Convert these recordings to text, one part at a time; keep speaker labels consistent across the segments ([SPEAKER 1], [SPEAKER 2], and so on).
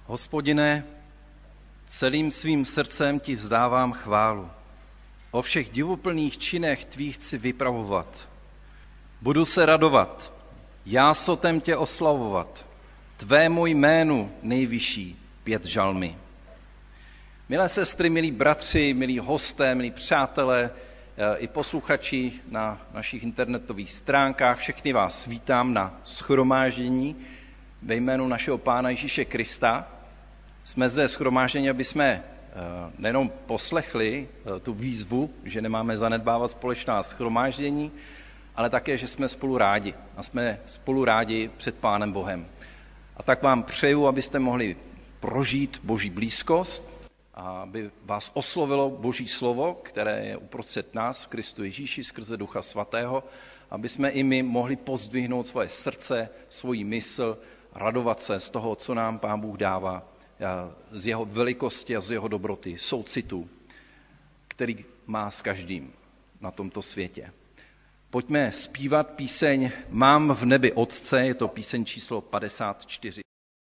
[SPEAKER 1] Hospodine, celým svým srdcem ti vzdávám chválu. O všech divuplných činech tvých chci vypravovat. Budu se radovat, jásotem tě oslavovat, tvému jménu nejvyšší 5 žalmy. Milé sestry, milí bratři, milí hosté, milí přátelé, i posluchači na našich internetových stránkách, všechny vás vítám na shromáždění ve jménu našeho Pána Ježíše Krista. Jsme zde shromážděni, aby jsme nejenom poslechli tu výzvu, že nemáme zanedbávat společná shromáždění, ale také, že jsme spolu rádi. A jsme spolu rádi před Pánem Bohem. A tak vám přeju, abyste mohli prožít Boží blízkost, a aby vás oslovilo Boží slovo, které je uprostřed nás v Kristu Ježíši skrze Ducha Svatého, aby jsme i my mohli pozdvihnout svoje srdce, svoji mysl, radovat se z toho, co nám Pán Bůh dává, z jeho velikosti a z jeho dobroty, soucitu, který má s každým na tomto světě. Pojďme zpívat píseň Mám v nebi Otce, je to píseň číslo 54.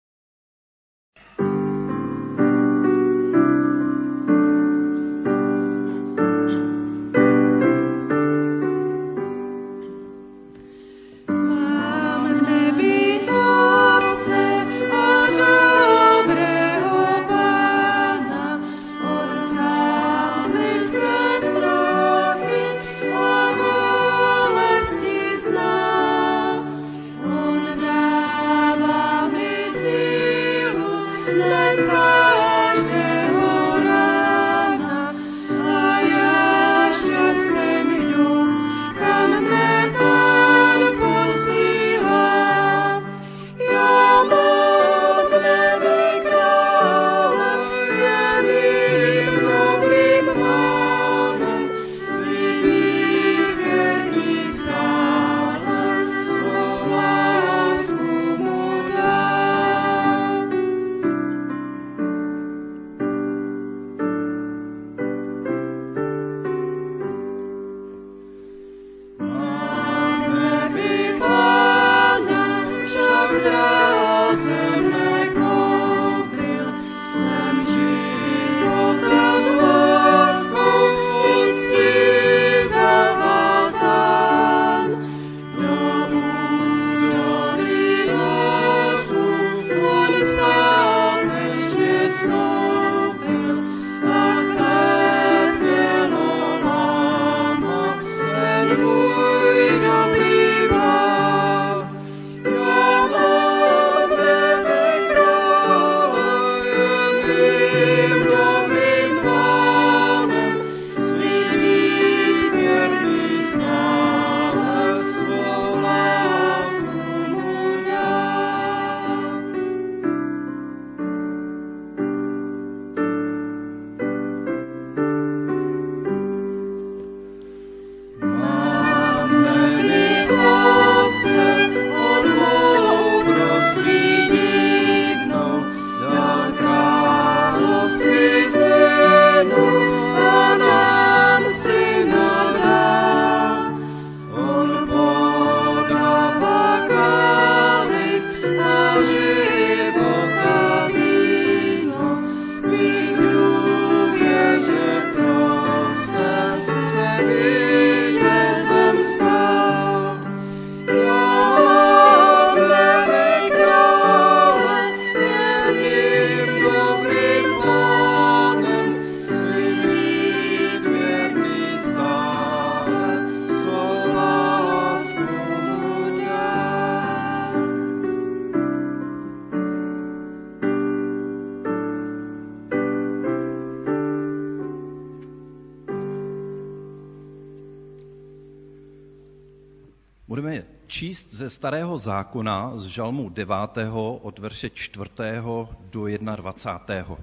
[SPEAKER 1] Budeme číst ze Starého zákona z žalmu 9. od verše 4. do 21.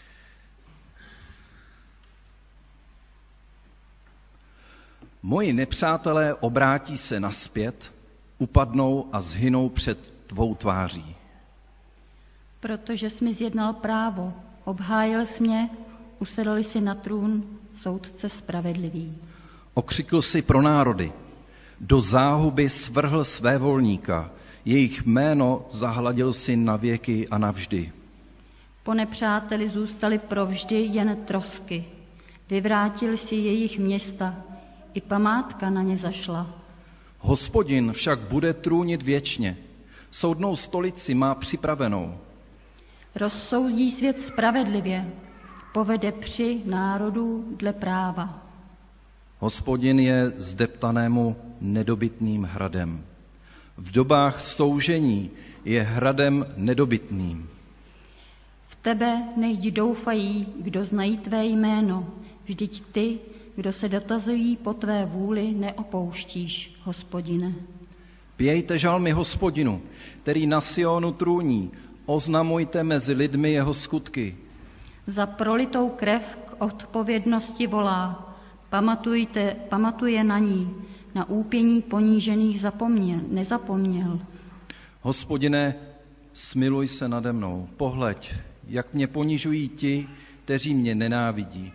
[SPEAKER 1] Moji nepřátelé obrátí se nazpět, upadnou a zhynou před tvou tváří.
[SPEAKER 2] Protože jsi mi zjednal právo, obhájil jsi mě, usedl jsi na trůn, soudce spravedlivý.
[SPEAKER 1] Okřikl jsi pro národy, do záhuby svrhl svévolníka, jejich jméno zahladil si na věky a navždy.
[SPEAKER 2] Po nepřáteli zůstaly provždy jen trosky. Vyvrátil si jejich města, i památka na ně zašla.
[SPEAKER 1] Hospodin však bude trůnit věčně, soudnou stolici má připravenou.
[SPEAKER 2] Rozsoudí svět spravedlivě, povede při národů dle práva.
[SPEAKER 1] Hospodin je zdeptanému nedobytným hradem. V dobách soužení je hradem nedobytným.
[SPEAKER 2] V tebe nechť doufají, kdo znají tvé jméno, vždyť ty, kdo se dotazují po tvé vůli, neopouštíš, Hospodine.
[SPEAKER 1] Pějte žalmy Hospodinu, který na Sionu trůní, oznamujte mezi lidmi jeho skutky.
[SPEAKER 2] Za prolitou krev k odpovědnosti volá, pamatuje na ní, na úpění ponížených nezapomněl.
[SPEAKER 1] Hospodine, smiluj se nade mnou, pohleď, jak mě ponižují ti, kteří mě nenávidí.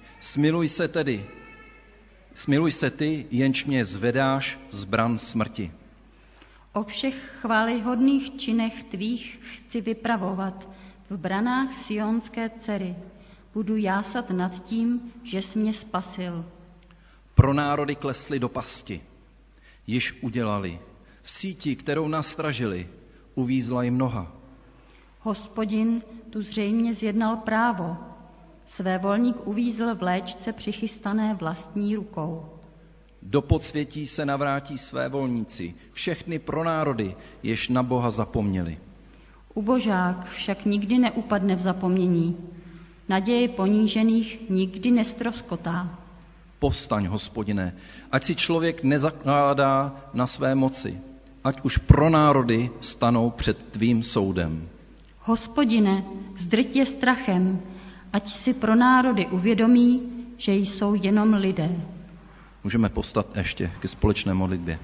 [SPEAKER 1] Smiluj se ty, jenž mě zvedáš z bran smrti.
[SPEAKER 2] O všech chvályhodných činech tvých chci vypravovat v branách sionské dcery. Budu jásat nad tím, že jsi mě spasil.
[SPEAKER 1] Pro národy klesli do pasti, již udělali. V síti, kterou nastražili, uvízla jim noha.
[SPEAKER 2] Hospodin tu zřejmě zjednal právo. Své volník uvízl v léčce přichystané vlastní rukou.
[SPEAKER 1] Do podsvětí se navrátí své volníci, všechny pronárody, jež na Boha zapomněli.
[SPEAKER 2] Ubožák však nikdy neupadne v zapomnění. Naděje ponížených nikdy nestroskotá.
[SPEAKER 1] Povstaň, Hospodine, ať si člověk nezakládá na své moci, ať už pronárody stanou před tvým soudem.
[SPEAKER 2] Hospodine, zdrť je strachem, ať si pro národy uvědomí, že jsou jenom lidé.
[SPEAKER 1] Můžeme povstat ještě ke společné modlitbě.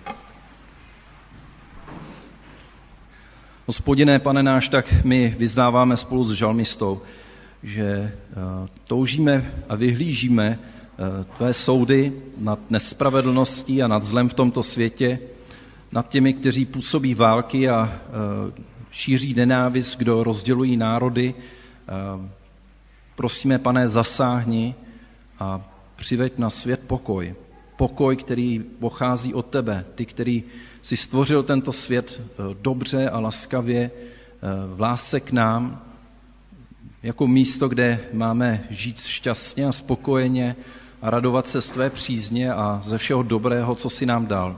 [SPEAKER 1] Hospodine, Pane náš, tak my vyznáváme spolu s žalmistou, že toužíme a vyhlížíme tvé soudy nad nespravedlností a nad zlem v tomto světě, nad těmi, kteří působí války a šíří nenávist, kdo rozdělují národy. Prosíme, Pane, zasáhni a přiveď na svět pokoj. Pokoj, který pochází od tebe. Ty, který jsi stvořil tento svět dobře a laskavě, v lásce k nám, jako místo, kde máme žít šťastně a spokojeně a radovat se z tvé přízně a ze všeho dobrého, co jsi nám dal.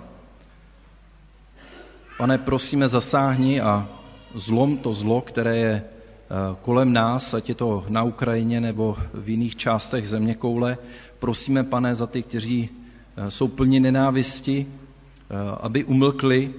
[SPEAKER 1] Pane, prosíme, zasáhni a zlom to zlo, které je kolem nás, ať je to na Ukrajině nebo v jiných částech zeměkoule. Prosíme, Pane, za ty, kteří jsou plni nenávisti, aby umlkli,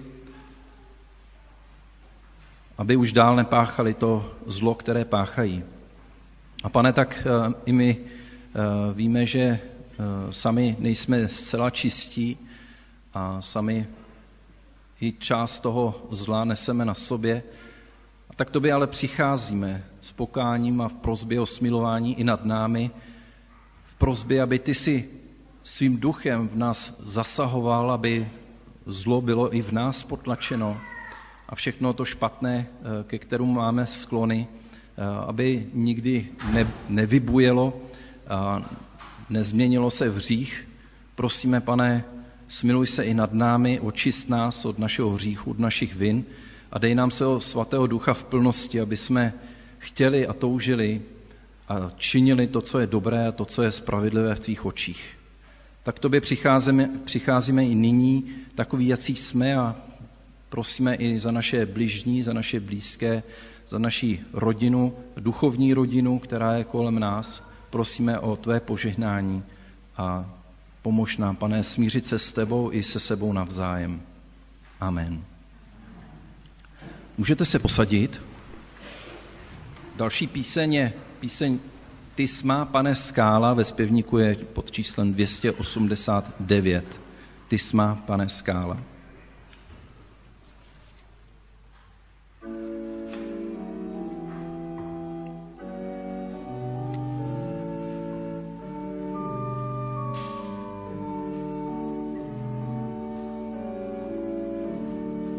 [SPEAKER 1] aby už dál nepáchali to zlo, které páchají. A Pane, tak i my víme, že sami nejsme zcela čistí a sami i část toho zla neseme na sobě. A tak tobě ale přicházíme s pokáním a v prosbě o smilování i nad námi, v prosbě, aby ty si svým duchem v nás zasahoval, aby zlo bylo i v nás potlačeno a všechno to špatné, ke kterému máme sklony, aby nikdy nevybujelo a nezměnilo se v hřích. Prosíme, Pane, smiluj se i nad námi, očist nás od našeho hříchu, od našich vin a dej nám svého svatého ducha v plnosti, aby jsme chtěli a toužili a činili to, co je dobré a to, co je spravedlivé v tvých očích. Tak tobě přicházíme i nyní, takový, jací jsme a prosíme i za naše bližní, za naše blízké, za naši rodinu, duchovní rodinu, která je kolem nás. Prosíme o tvé požehnání a pomož nám, Pane, smířit se s tebou i se sebou navzájem. Amen. Můžete se posadit. Další píseň je píseň Ty smá, Pane, skála, ve zpěvníku je pod číslem 289. Ty smá, Pane, skála.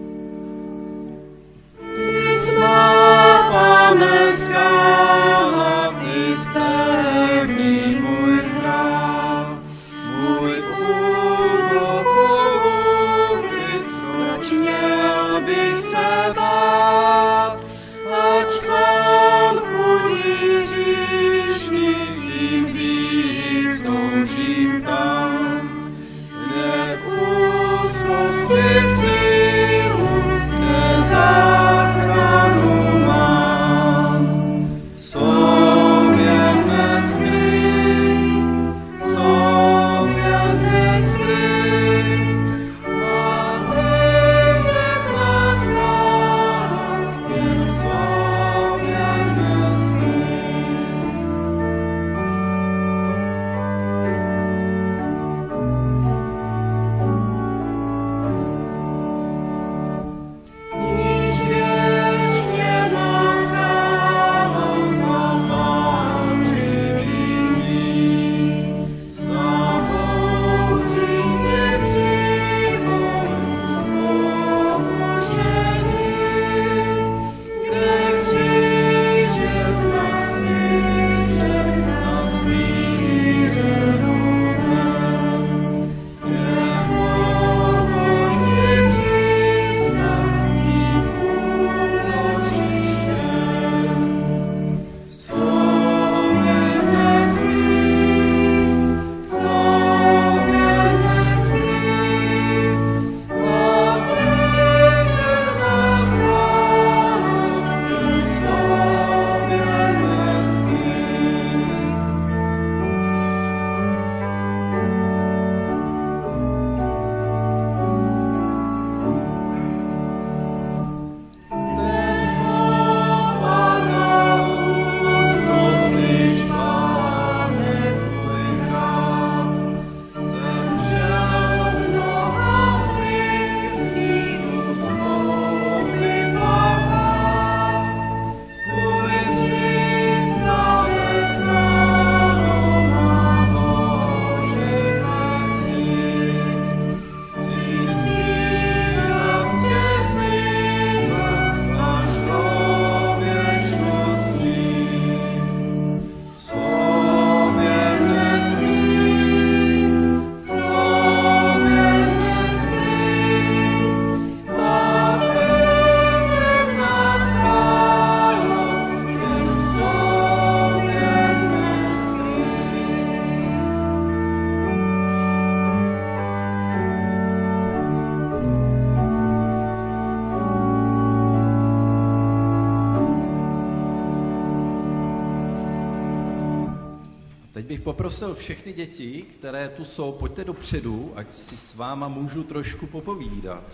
[SPEAKER 3] Ty smá, Pane, skála,
[SPEAKER 1] Teď bych poprosil všechny děti, které tu jsou, pojďte dopředu, ať si s váma můžu trošku popovídat.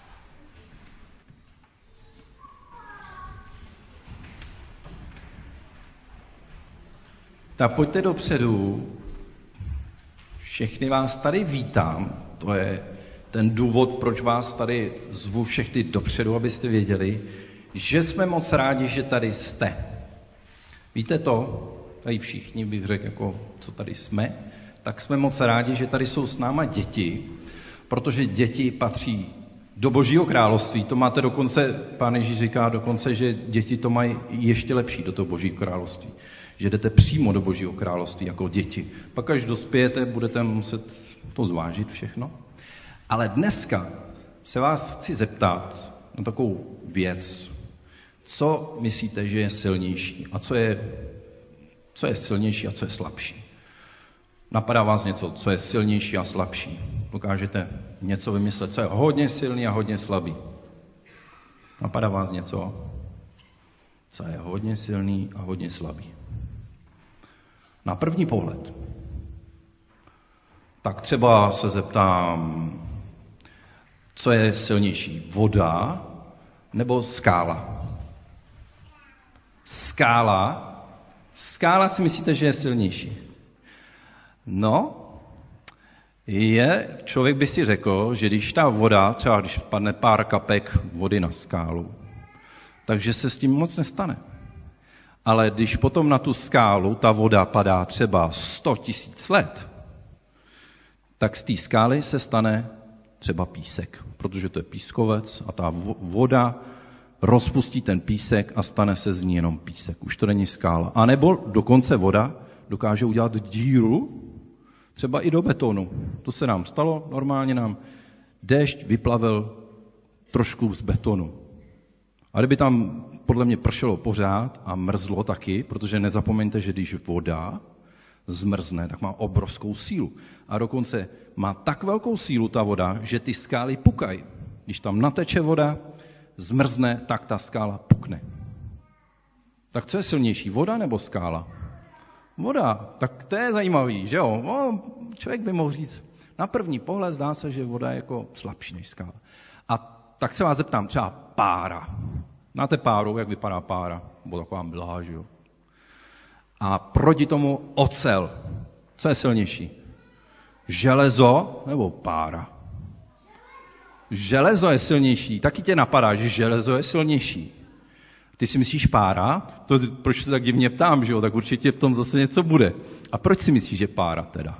[SPEAKER 1] Tak pojďte dopředu. Všechny vás tady vítám. To je ten důvod, proč vás tady zvu všechny dopředu, abyste věděli, že jsme moc rádi, že tady jste. Víte to? Tady všichni bych řekl, jako, co tady jsme, tak jsme moc rádi, že tady jsou s náma děti, protože děti patří do Božího království. To máte dokonce, Pán Ježíš říká dokonce, že děti to mají ještě lepší do toho Božího království. Že jdete přímo do Božího království jako děti. Pak až dospějete, budete muset to zvážit všechno. Ale dneska se vás chci zeptat na takovou věc. Co myslíte, že je silnější a co je silnější a co je slabší? Napadá vás něco, co je silnější a slabší? Dokážete něco vymyslet, co je hodně silný a hodně slabý? Napadá vás něco, co je hodně silný a hodně slabý? Na první pohled. Tak třeba se zeptám, co je silnější, voda nebo skála? Skála si myslíte, že je silnější? No, člověk by si řekl, že když ta voda, třeba když padne pár kapek vody na skálu, takže se s tím moc nestane. Ale když potom na tu skálu ta voda padá třeba 100 000 let, tak z té skály se stane třeba písek, protože to je pískovec a ta voda rozpustí ten písek a stane se z ní jenom písek. Už to není skála. A nebo dokonce voda dokáže udělat díru, třeba i do betonu. To se nám stalo, normálně nám déšť vyplavil trošku z betonu. A kdyby tam podle mě pršelo pořád a mrzlo taky, protože nezapomeňte, že když voda zmrzne, tak má obrovskou sílu. A dokonce má tak velkou sílu ta voda, že ty skály pukají. Když tam nateče voda, zmrzne, tak ta skála pukne. Tak co je silnější, voda nebo skála? Voda, tak to je zajímavý, že jo? No, člověk by mohl říct, na první pohled zdá se, že voda je jako slabší než skála. A tak se vás zeptám, třeba pára. Znáte páru, jak vypadá pára? Nebo taková mlha, že jo? A proti tomu ocel. Co je silnější? Železo nebo pára? Železo je silnější. Taky tě napadá, že železo je silnější. Ty si myslíš pára? To, proč se tak divně ptám, že jo? Tak určitě v tom zase něco bude. A proč si myslíš, že pára teda?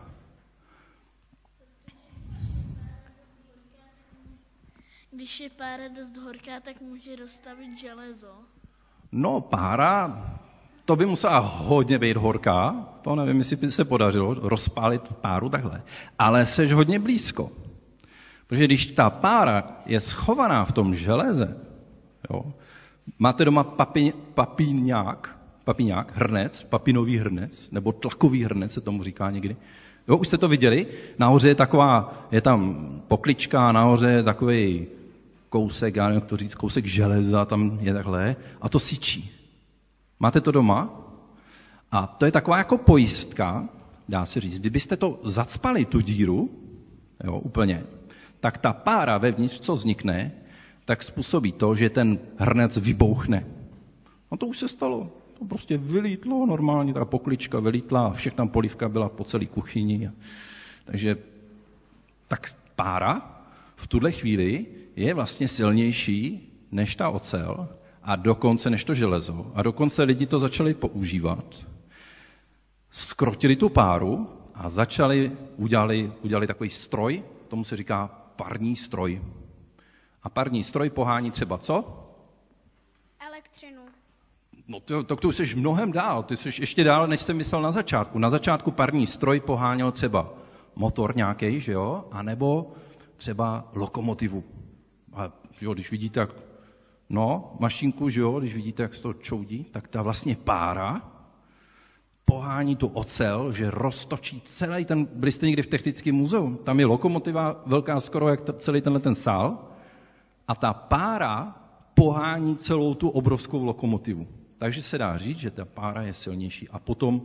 [SPEAKER 3] Když je pára dost horká, tak může roztavit železo.
[SPEAKER 1] No, pára, to by musela hodně být horká. To nevím, jestli by se podařilo rozpálit páru takhle. Ale seš hodně blízko. Protože když ta pára je schovaná v tom železe, jo, máte doma papiňák, hrnec, papinový hrnec, nebo tlakový hrnec se tomu říká někdy. Jo, už jste to viděli? Nahoře je tam poklička, nahoře je takový kousek, já nevím, jak to říct, kousek železa, tam je takhle, a to syčí. Máte to doma? A to je taková jako pojistka, dá se říct, kdybyste to zacpali, tu díru, jo, úplně, tak ta pára vevnitř, co vznikne, tak způsobí to, že ten hrnec vybouchne. No to už se stalo. To prostě vylítlo normálně, ta poklička vylítla a všechna polívka byla po celé kuchyni. Takže tak pára v tuhle chvíli je vlastně silnější než ta ocel a dokonce než to železo. A dokonce lidi to začali používat. Skrotili tu páru a udělali takový stroj, tomu se říká parní stroj. A parní stroj pohání třeba co?
[SPEAKER 3] Elektřinu.
[SPEAKER 1] No to už jsi mnohem dál, ty jsi ještě dál, než jsem myslel na začátku. Na začátku parní stroj poháněl třeba motor nějaký, že jo? A nebo třeba lokomotivu. A jo, když vidíte, jak mašinku, že jo, když vidíte, jak se to čoudí, tak ta vlastně pára pohání tu ocel, že roztočí celý ten, byli jste někdy v Technickém muzeu, tam je lokomotiva velká skoro jak celý ten sál a ta pára pohání celou tu obrovskou lokomotivu. Takže se dá říct, že ta pára je silnější. A potom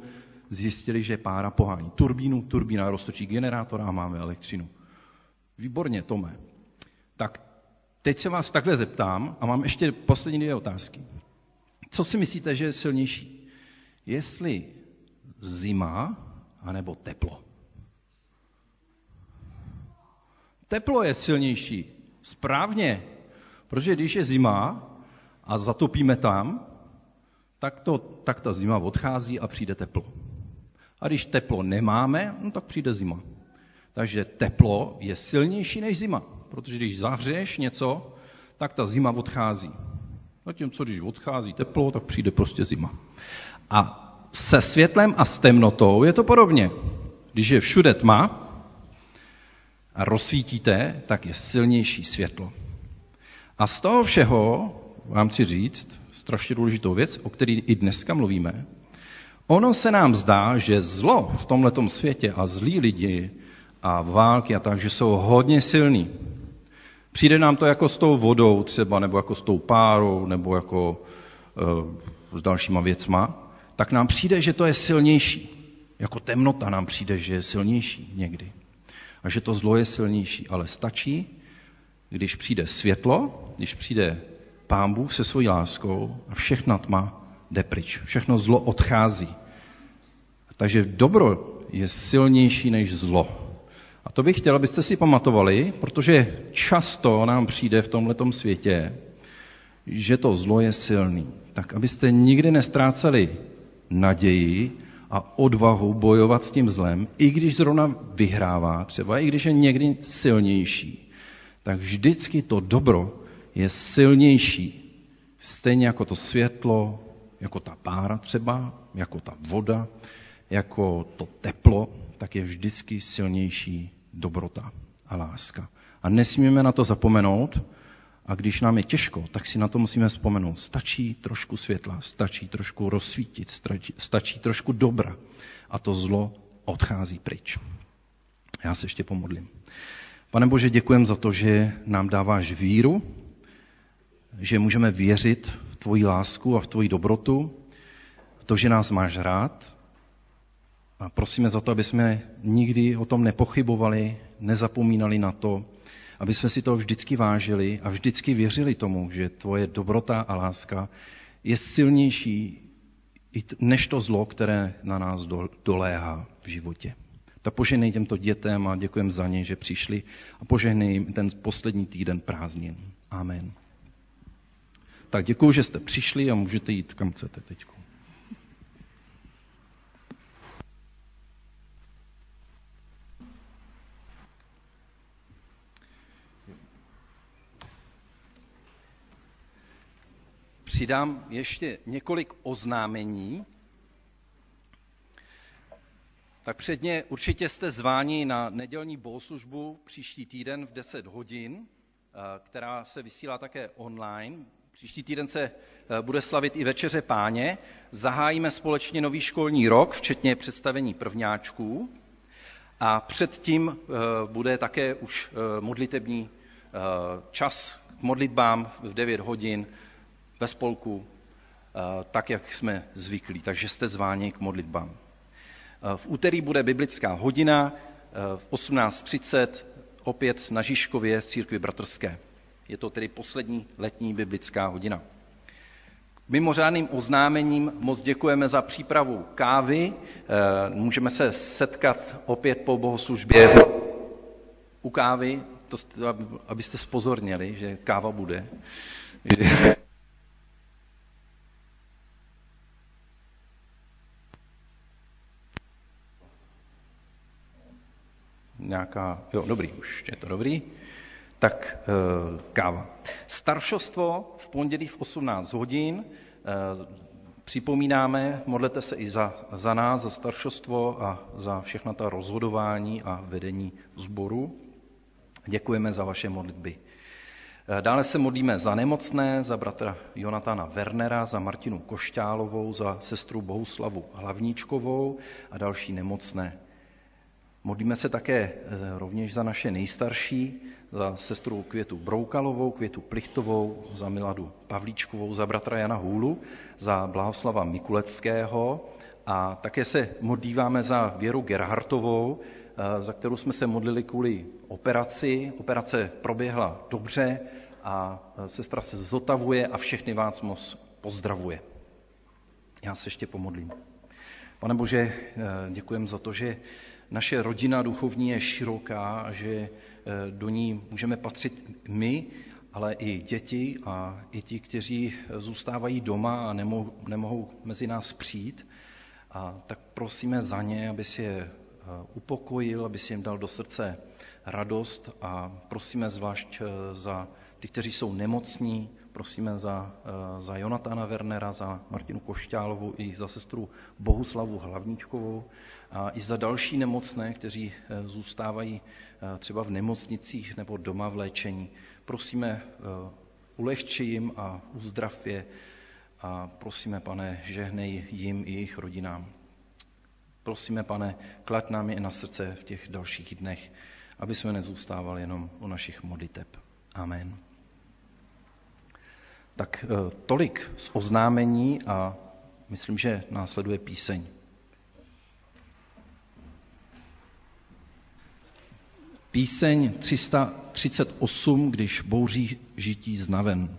[SPEAKER 1] zjistili, že pára pohání turbínu, turbína roztočí generátor a máme elektřinu. Výborně, Tome. Tak teď se vás takhle zeptám a mám ještě poslední 2 otázky. Co si myslíte, že je silnější? Jestli zima, anebo teplo? Teplo je silnější. Správně. Protože když je zima a zatopíme tam, tak ta zima odchází a přijde teplo. A když teplo nemáme, no tak přijde zima. Takže teplo je silnější než zima. Protože když zahřeješ něco, tak ta zima odchází. Zatímco když odchází teplo, tak přijde prostě zima. A se světlem a s temnotou je to podobně. Když je všude tma a rozsvítíte, tak je silnější světlo. A z toho všeho vám chci říct strašně důležitou věc, o které i dneska mluvíme. Ono se nám zdá, že zlo v tomhletom světě a zlí lidi a války a tak, že jsou hodně silný. Přijde nám to jako s tou vodou třeba, nebo jako s tou párou, nebo jako s dalšíma věcma, tak nám přijde, že to je silnější. Jako temnota nám přijde, že je silnější někdy. A že to zlo je silnější. Ale stačí, když přijde světlo, když přijde Pán Bůh se svojí láskou a všechna tma jde pryč. Všechno zlo odchází. Takže dobro je silnější než zlo. A to bych chtěl, abyste si pamatovali, protože často nám přijde v tomhletom světě, že to zlo je silný. Tak abyste nikdy nestráceli naději a odvahu bojovat s tím zlem, i když zrovna vyhrává třeba, i když je někdy silnější, tak vždycky to dobro je silnější. Stejně jako to světlo, jako ta pára třeba, jako ta voda, jako to teplo, tak je vždycky silnější dobrota a láska. A nesmíme na to zapomenout, a když nám je těžko, tak si na to musíme vzpomenout. Stačí trošku světla, stačí trošku rozsvítit, stačí trošku dobra a to zlo odchází pryč. Já se ještě pomodlím. Pane Bože, děkujem za to, že nám dáváš víru, že můžeme věřit v tvoji lásku a v tvoji dobrotu, v to, že nás máš rád. A prosíme za to, aby jsme nikdy o tom nepochybovali, nezapomínali na to, aby jsme si to vždycky vážili a vždycky věřili tomu, že tvoje dobrota a láska je silnější než to zlo, které na nás doléhá v životě. Tak požehnej těmto dětem a děkujem za ně, že přišli a požehnej jim ten poslední týden prázdnin. Amen. Tak děkuju, že jste přišli a můžete jít kam chcete teď. Přidám ještě několik oznámení. Tak předně určitě jste zváni na nedělní bohoslužbu příští týden v 10 hodin, která se vysílá také online. Příští týden se bude slavit i Večeře Páně. Zahájíme společně nový školní rok, včetně představení prvňáčků. A předtím bude také už modlitební čas k modlitbám v 9 hodin ve spolku, tak, jak jsme zvyklí. Takže jste zváni k modlitbám. V úterý bude biblická hodina v 18:30 opět na Žižkově v církvi bratrské. Je to tedy poslední letní biblická hodina. Mimořádným oznámením moc děkujeme za přípravu kávy. Můžeme se setkat opět po bohoslužbě u kávy, abyste zpozorněli, že káva bude. Dobrý, už je to dobrý. Tak káva. Staršostvo v pondělí v 18 hodin. Připomínáme, modlete se i za nás, za staršostvo a za všechna ta rozhodování a vedení sboru. Děkujeme za vaše modlitby. Dále se modlíme za nemocné, za bratra Jonatána Wernera, za Martinu Košťálovou, za sestru Bohuslavu Hlavníčkovou a další nemocné. Modlíme se také rovněž za naše nejstarší, za sestru Květu Broukalovou, Květu Plichtovou, za Miladu Pavlíčkovou, za bratra Jana Hůlu, za Blahoslava Mikuleckého A také se modlíváme za Věru Gerhartovou, za kterou jsme se modlili kvůli operaci. Operace proběhla dobře a sestra se zotavuje a všechny vás moc pozdravuje. Já se ještě pomodlím. Pane Bože, děkujeme za to, že naše rodina duchovní je široká a že do ní můžeme patřit my, ale i děti a i ti, kteří zůstávají doma a nemohou mezi nás přijít. A tak prosíme za ně, aby si je upokojil, aby si jim dal do srdce radost a prosíme zvlášť za ty, kteří jsou nemocní, prosíme za Jonatana Wernera, za Martinu Košťálovou i za sestru Bohuslavu Hlavníčkovou a i za další nemocné, kteří zůstávají třeba v nemocnicích nebo doma v léčení. Prosíme, ulehči jim a uzdrav je a prosíme, Pane, žehnej jim i jejich rodinám. Prosíme, Pane, klaď nám je na srdce v těch dalších dnech, aby jsme nezůstávali jenom u našich modliteb. Amen. Tak tolik z oznámení a myslím, že následuje píseň. Píseň 338, když bouří žití znaven.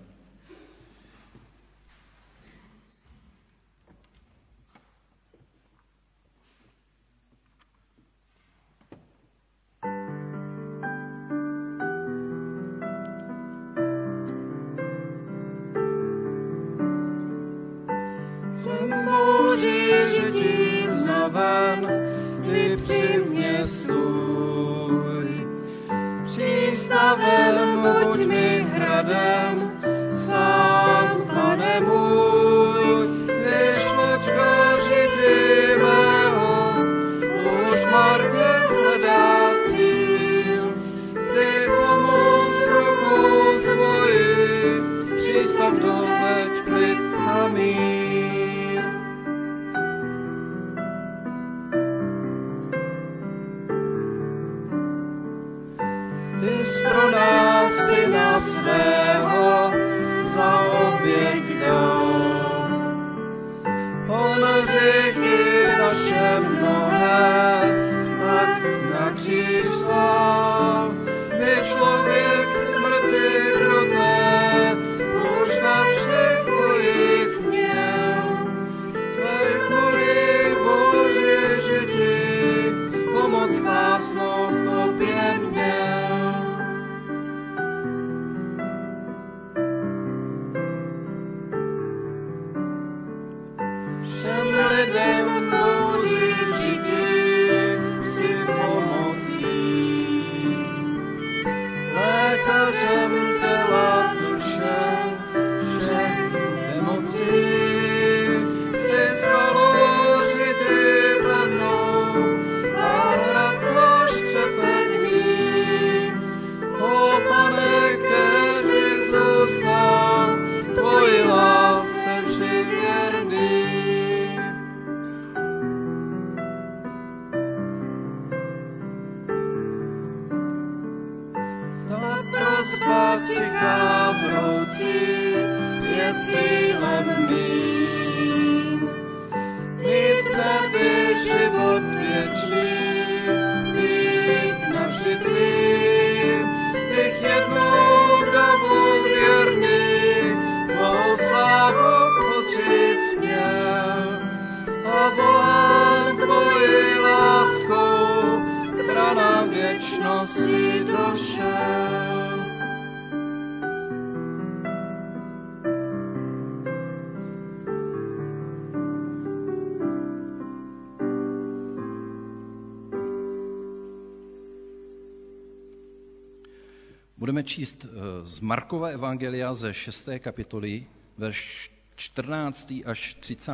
[SPEAKER 1] Budeme číst z Markova evangelia ze 6. kapitoly, verš 14. až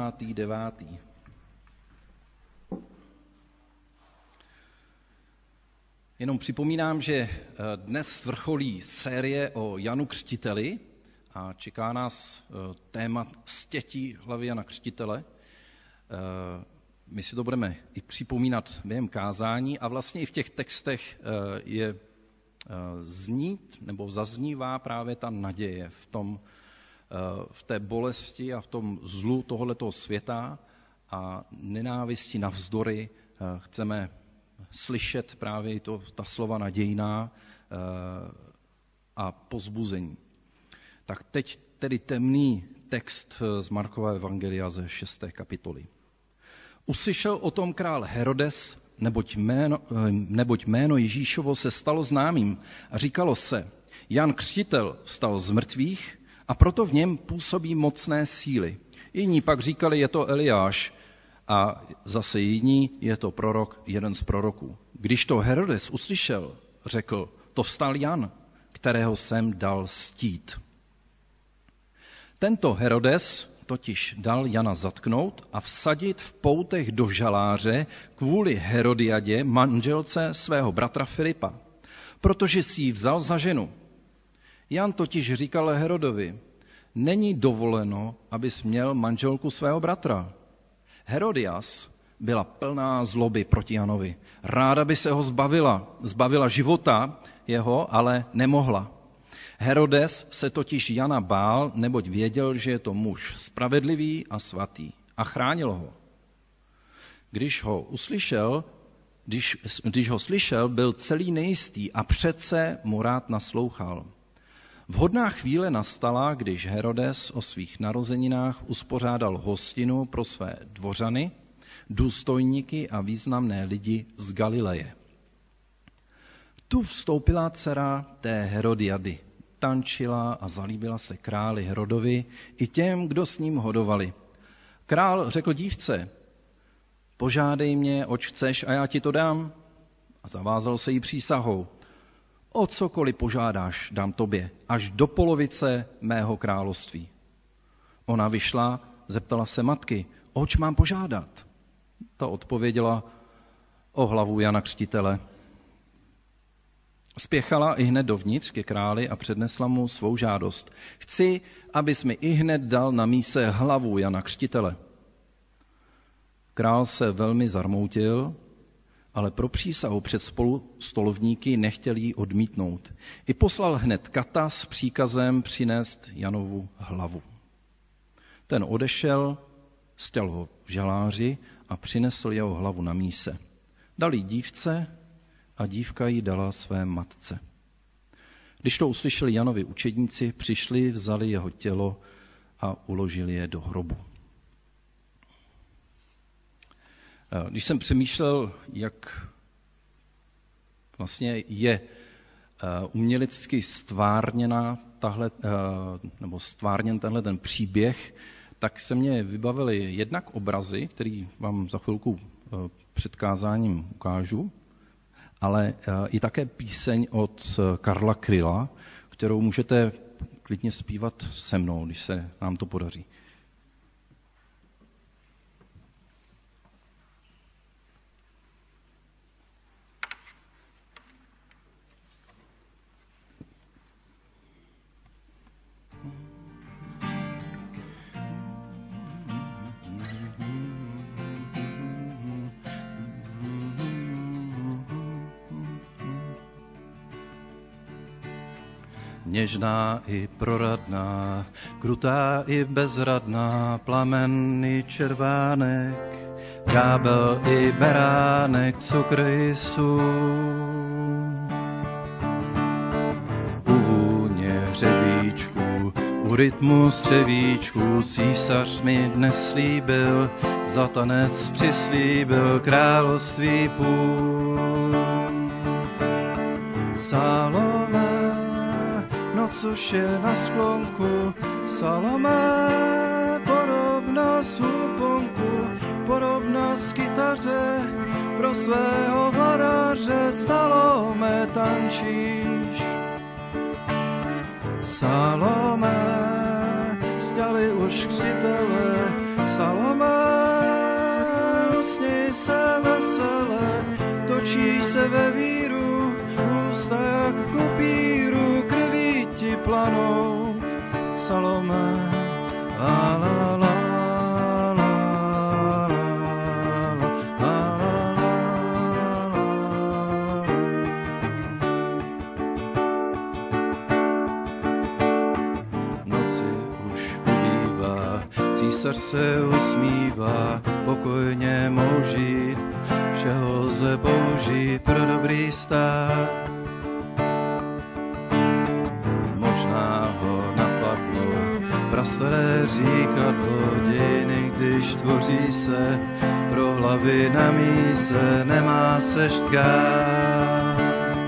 [SPEAKER 1] 39. Jenom připomínám, že dnes vrcholí série o Janu Křtiteli a čeká nás téma stětí hlavy Jana Křtitele. My si to budeme i připomínat během kázání a vlastně i v těch textech je znít nebo zaznívá právě ta naděje v té bolesti a v tom zlu tohoto světa a nenávisti navzdory chceme slyšet právě ta slova nadějná a povzbuzení. Tak teď tedy temný text z Markova evangelia ze 6. kapitoly. Uslyšel o tom král Herodes, neboť jméno Ježíšovo se stalo známým a říkalo se, Jan Křtitel vstal z mrtvých a proto v něm působí mocné síly. Jiní pak říkali, je to Eliáš a zase jiní, je to prorok, jeden z proroků. Když to Herodes uslyšel, řekl, to vstal Jan, kterého jsem dal stít. Tento Herodes totiž dal Jana zatknout a vsadit v poutech do žaláře kvůli Herodiadě, manželce svého bratra Filipa, protože si ji vzal za ženu. Jan totiž říkal Herodovi, není dovoleno, abys měl manželku svého bratra. Herodias byla plná zloby proti Janovi. Ráda by se ho zbavila života jeho, ale nemohla. Herodes se totiž Jana bál, neboť věděl, že je to muž spravedlivý a svatý a chránil ho. Když ho slyšel, byl celý nejistý a přece mu rád naslouchal. Vhodná chvíle nastala, když Herodes o svých narozeninách uspořádal hostinu pro své dvořany, důstojníky a významné lidi z Galileje. Tu vstoupila dcera té Herodiady, tančila a zalíbila se králi Herodovi i těm, kdo s ním hodovali. Král řekl dívce, požádej mě, oč chceš a já ti to dám. A zavázal se jí přísahou. O cokoliv požádáš, dám tobě, až do polovice mého království. Ona vyšla, zeptala se matky, oč mám požádat? Ta odpověděla, o hlavu Jana Křtitele. Spěchala ihned dovnitř ke králi a přednesla mu svou žádost. Chci, abys mi ihned dal na míse hlavu Jana Křtitele. Král se velmi zarmoutil, ale pro přísahu před spolustolovníky nechtěl ji odmítnout. I poslal hned kata s příkazem přinést Janovu hlavu. Ten odešel, stěl ho v žaláři a přinesl jeho hlavu na míse. Dal ji dívce a dívka ji dala své matce. Když to uslyšeli Janovi učedníci, přišli, vzali jeho tělo a uložili je do hrobu. Když jsem přemýšlel, jak vlastně je umělecky stvárněn tenhle ten příběh, tak se mě vybavily jednak obrazy, který vám za chvilku před kázáním ukážu, ale i také píseň od Karla Kryla, kterou můžete klidně zpívat se mnou, když se nám to podaří. Něžná i proradná, krutá i bezradná, plamen i červánek, ďábel i beránek, cukr i sůl. U vůně hřebíčků, u rytmu střevíčků, císař mi dnes slíbil, za tanec přislíbil království půl. Salome, noc už je na sklonku, Salome, podobná sluponku, podobná skytaře, pro svého vladaře, Salome, tančíš. Salome, stěli už křtitele, Salome, usněj se vesele, točíš se ve víru, ústa jak kopíru, krví ti planou, Salome, la la la. Císař se usmívá, pokojně mohl žít, všeho lze použít pro dobrý stát. Možná ho napadlo prastaré říkadlo, dějiny, když tvoří se, pro hlavy na míse nemá se štkát.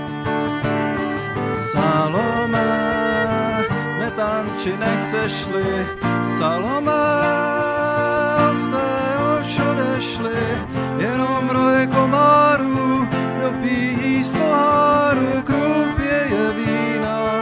[SPEAKER 1] Salome, netanči nechceš-li, Salome, jste už odešli, jenom roje komárů dopíjí z poháru, krupě je vína.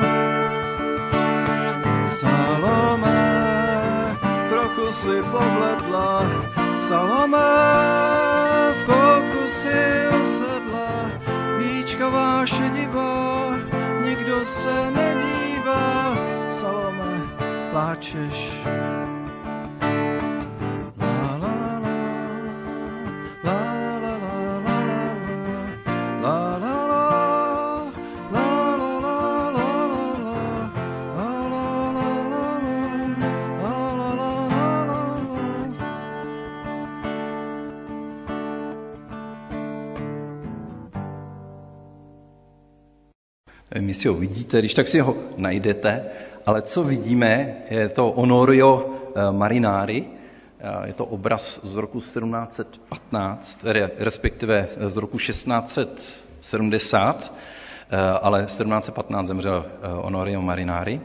[SPEAKER 1] Salome, trochu si pobledla, Salome, v koutku si usedla, víčkavá šedivá, nikdo se nedívá, Salome, pláčeš. Nevím, jestli ho vidíte, když tak si ho najdete, ale co vidíme, je to Onorio Marinari, je to obraz z roku 1715, respektive z roku 1670, ale 1715 zemřel Onorio Marinari.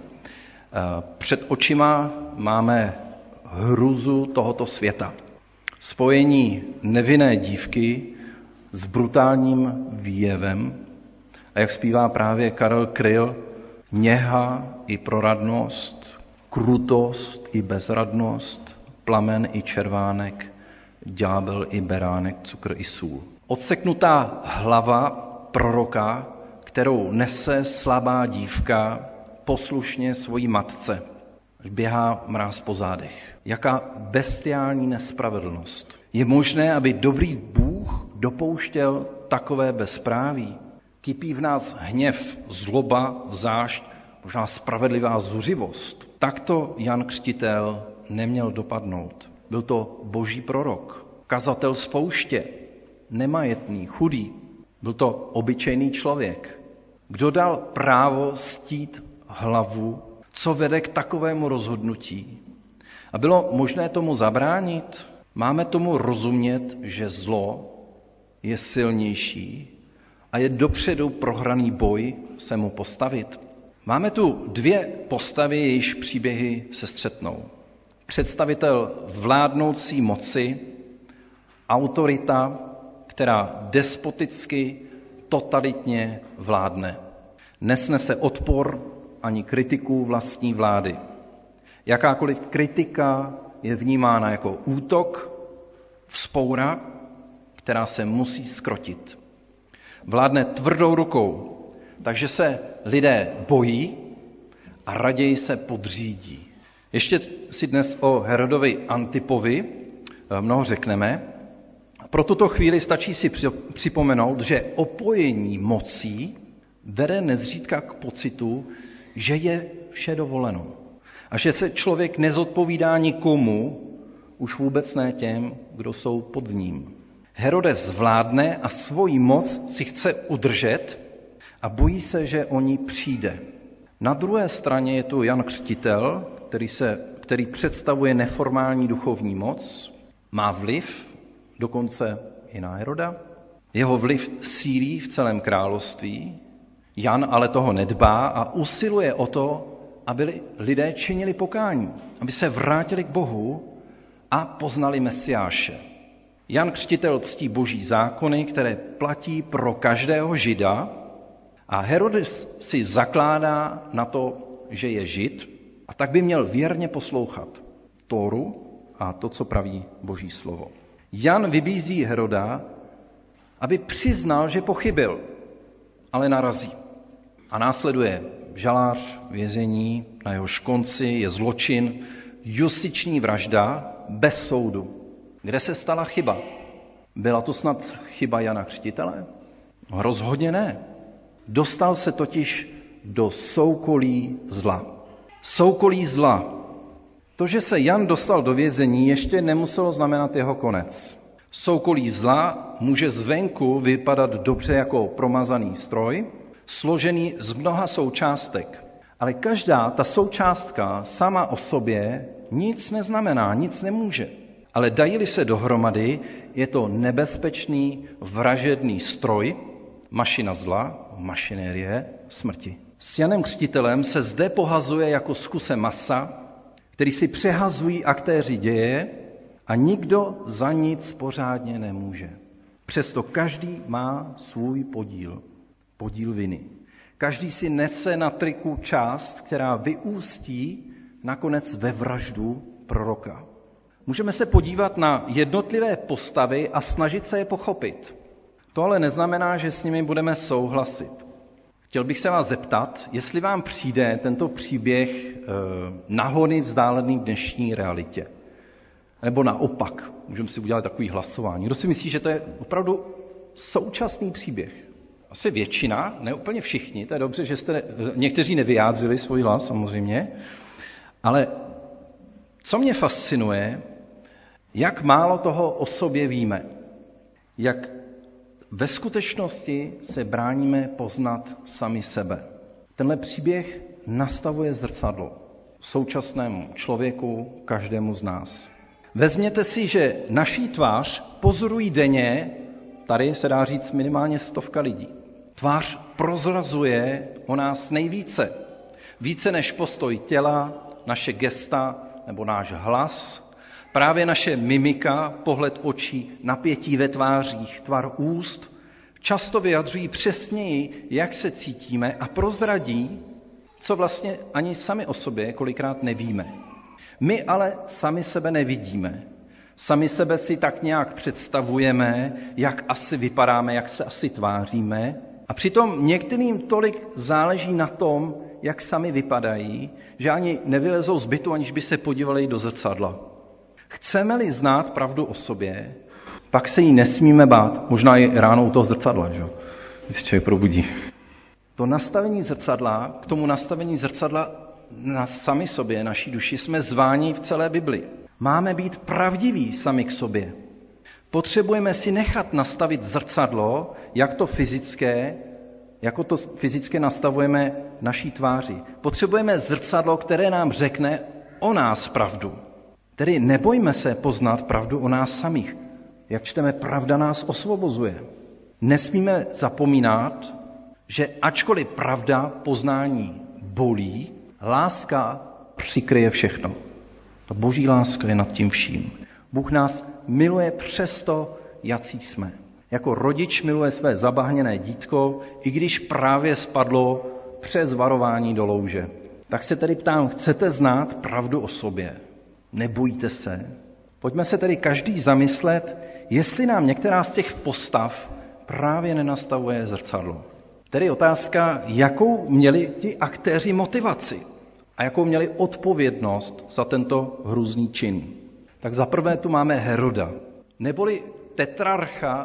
[SPEAKER 1] Před očima máme hruzu tohoto světa. Spojení nevinné dívky s brutálním výjevem, a jak zpívá právě Karel Kryl, něha i proradnost, krutost i bezradnost, plamen i červánek, ďábel i beránek, cukr i sůl. Odseknutá hlava proroka, kterou nese slabá dívka poslušně svojí matce. Běhá mráz po zádech. Jaká bestiální nespravedlnost. Je možné, aby dobrý Bůh dopouštěl takové bezpráví? Kypí v nás hněv, zloba, zášť, možná spravedlivá zuřivost. Takto Jan Křtitel neměl dopadnout. Byl to boží prorok, kazatel z pouště, nemajetný, chudý. Byl to obyčejný člověk. Kdo dal právo stít hlavu, co vede k takovému rozhodnutí? A bylo možné tomu zabránit? Máme tomu rozumět, že zlo je silnější a je dopředu prohraný boj se mu postavit. Máme tu dvě postavy, jejichž příběhy se střetnou. Představitel vládnoucí moci, autorita, která despoticky, totalitně vládne. Nesnese odpor ani kritiku vlastní vlády. Jakákoliv kritika je vnímána jako útok, vzpoura, která se musí zkrotit. Vládne tvrdou rukou, takže se lidé bojí a raději se podřídí. Ještě si dnes o Herodovi Antipovi mnoho řekneme. Pro tuto chvíli stačí si připomenout, že opojení mocí vede nezřídka k pocitu, že je vše dovoleno. A že se člověk nezodpovídá nikomu, už vůbec ne těm, kdo jsou pod ním. Herodes vládne a svoji moc si chce udržet a bojí se, že o ní přijde. Na druhé straně je tu Jan Křtitel, který představuje neformální duchovní moc, má vliv, dokonce i na Heroda. Jeho vliv sílí v celém království. Jan ale toho nedbá a usiluje o to, aby lidé činili pokání, aby se vrátili k Bohu a poznali Mesiáše. Jan Křtitel ctí boží zákony, které platí pro každého Žida, a Herodes si zakládá na to, že je Žid, a tak by měl věrně poslouchat Tóru a to, co praví boží slovo. Jan vybízí Heroda, aby přiznal, že pochybil, ale narazí. A následuje žalář, vězení, na jehož konci je zločin, justiční vražda bez soudu. Kde se stala chyba? Byla to snad chyba Jana Křtitele? No, rozhodně ne. Dostal se totiž do soukolí zla. Soukolí zla, To, že se Jan dostal do vězení, ještě nemuselo znamenat jeho konec. Soukolí zla může zvenku vypadat dobře jako promazaný stroj, složený z mnoha součástek. Ale každá ta součástka sama o sobě nic neznamená, nic nemůže. Ale dají-li se dohromady, je to nebezpečný, vražedný stroj, mašina zla, mašinérie smrti. S Janem Křtitelem se zde pohazuje jako s kusem masa, který si přehazují aktéři děje a nikdo za nic pořádně nemůže. Přesto každý má svůj podíl viny. Každý si nese na triku část, která vyústí nakonec ve vraždu proroka. Můžeme se podívat na jednotlivé postavy a snažit se je pochopit. To ale neznamená, že s nimi budeme souhlasit. Chtěl bych se vás zeptat, jestli vám přijde tento příběh nahony vzdálený dnešní realitě. Nebo naopak, můžeme si udělat takový hlasování. Kdo si myslí, že to je opravdu současný příběh? Asi většina, ne úplně všichni, to je dobře, že jste někteří nevyjádřili svůj hlas samozřejmě, ale co mě fascinuje, jak málo toho o sobě víme, jak ve skutečnosti se bráníme poznat sami sebe. Tenhle příběh nastavuje zrcadlo současnému člověku, každému z nás. Vezměte si, že naší tvář pozorují denně, tady se dá říct minimálně 100 lidí. Tvář prozrazuje o nás nejvíce. Více než postoj těla, naše gesta nebo náš hlas. Právě naše mimika, pohled očí, napětí ve tvářích, tvar úst často vyjadřují přesněji, jak se cítíme a prozradí, co vlastně ani sami o sobě kolikrát nevíme. My ale sami sebe nevidíme. Sami sebe si tak nějak představujeme, jak asi vypadáme, jak se asi tváříme. A přitom některým tolik záleží na tom, jak sami vypadají, že ani nevylezou z bytu, aniž by se podívali do zrcadla. Chceme-li znát pravdu o sobě, pak se jí nesmíme bát. Možná i ráno u toho zrcadla, že? Když se člověk probudí. To nastavení zrcadla, k tomu nastavení zrcadla na sami sobě, naší duši, jsme zváni v celé Bibli. Máme být pravdiví sami k sobě. Potřebujeme si nechat nastavit zrcadlo, jako to fyzické nastavujeme naší tváři. Potřebujeme zrcadlo, které nám řekne o nás pravdu. Tedy nebojme se poznat pravdu o nás samých. Jak čteme, pravda nás osvobozuje. Nesmíme zapomínat, že ačkoliv pravda poznání bolí, láska přikryje všechno. Ta boží láska je nad tím vším. Bůh nás miluje přesto, jací jsme. Jako rodič miluje své zabahněné dítko, i když právě spadlo přes varování do louže. Tak se tedy ptám, chcete znát pravdu o sobě? Nebojíte se? Pojďme se tedy každý zamyslet, jestli nám některá z těch postav právě nenastavuje zrcadlo. Tedy otázka, jakou měli ti aktéři motivaci a jakou měli odpovědnost za tento hrůzný čin. Tak zaprvé tu máme Heroda, neboli tetrarcha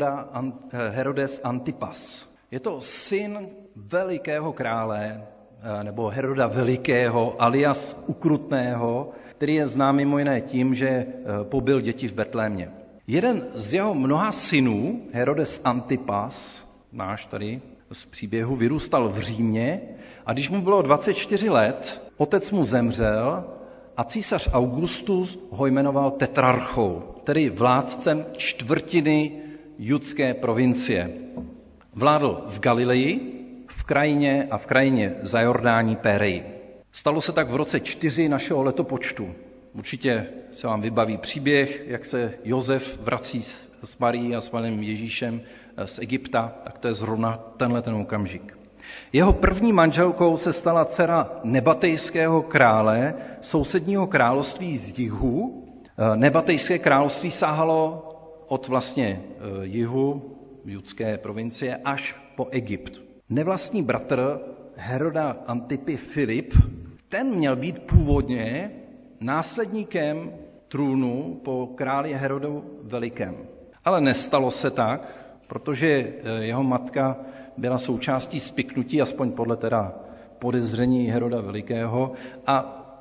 [SPEAKER 1] Herodes Antipas. Je to syn velikého krále, nebo Heroda Velikého, alias Ukrutného, který je znám mimo jiné tím, že pobil děti v Betlémě. Jeden z jeho mnoha synů, Herodes Antipas, náš tady z příběhu, vyrůstal v Římě a když mu bylo 24 let, otec mu zemřel a císař Augustus ho jmenoval tetrarchou, tedy vládcem čtvrtiny judské provincie. Vládl v Galileji, v krajině za Jordání Péreji. Stalo se tak v roce 4 našeho letopočtu. Určitě se vám vybaví příběh, jak se Josef vrací s Marií a s malým Ježíšem z Egypta, tak to je zrovna ten okamžik. Jeho první manželkou se stala dcera Nebatejského krále, sousedního království z jihu. Nebatejské království sahalo od vlastně jihu judské provincie až po Egypt. Nevlastní bratr Heroda Antipy Filip, ten měl být původně následníkem trůnu po králi Herodu Velikém. Ale nestalo se tak, protože jeho matka byla součástí spiknutí, aspoň podle teda podezření Heroda Velikého, a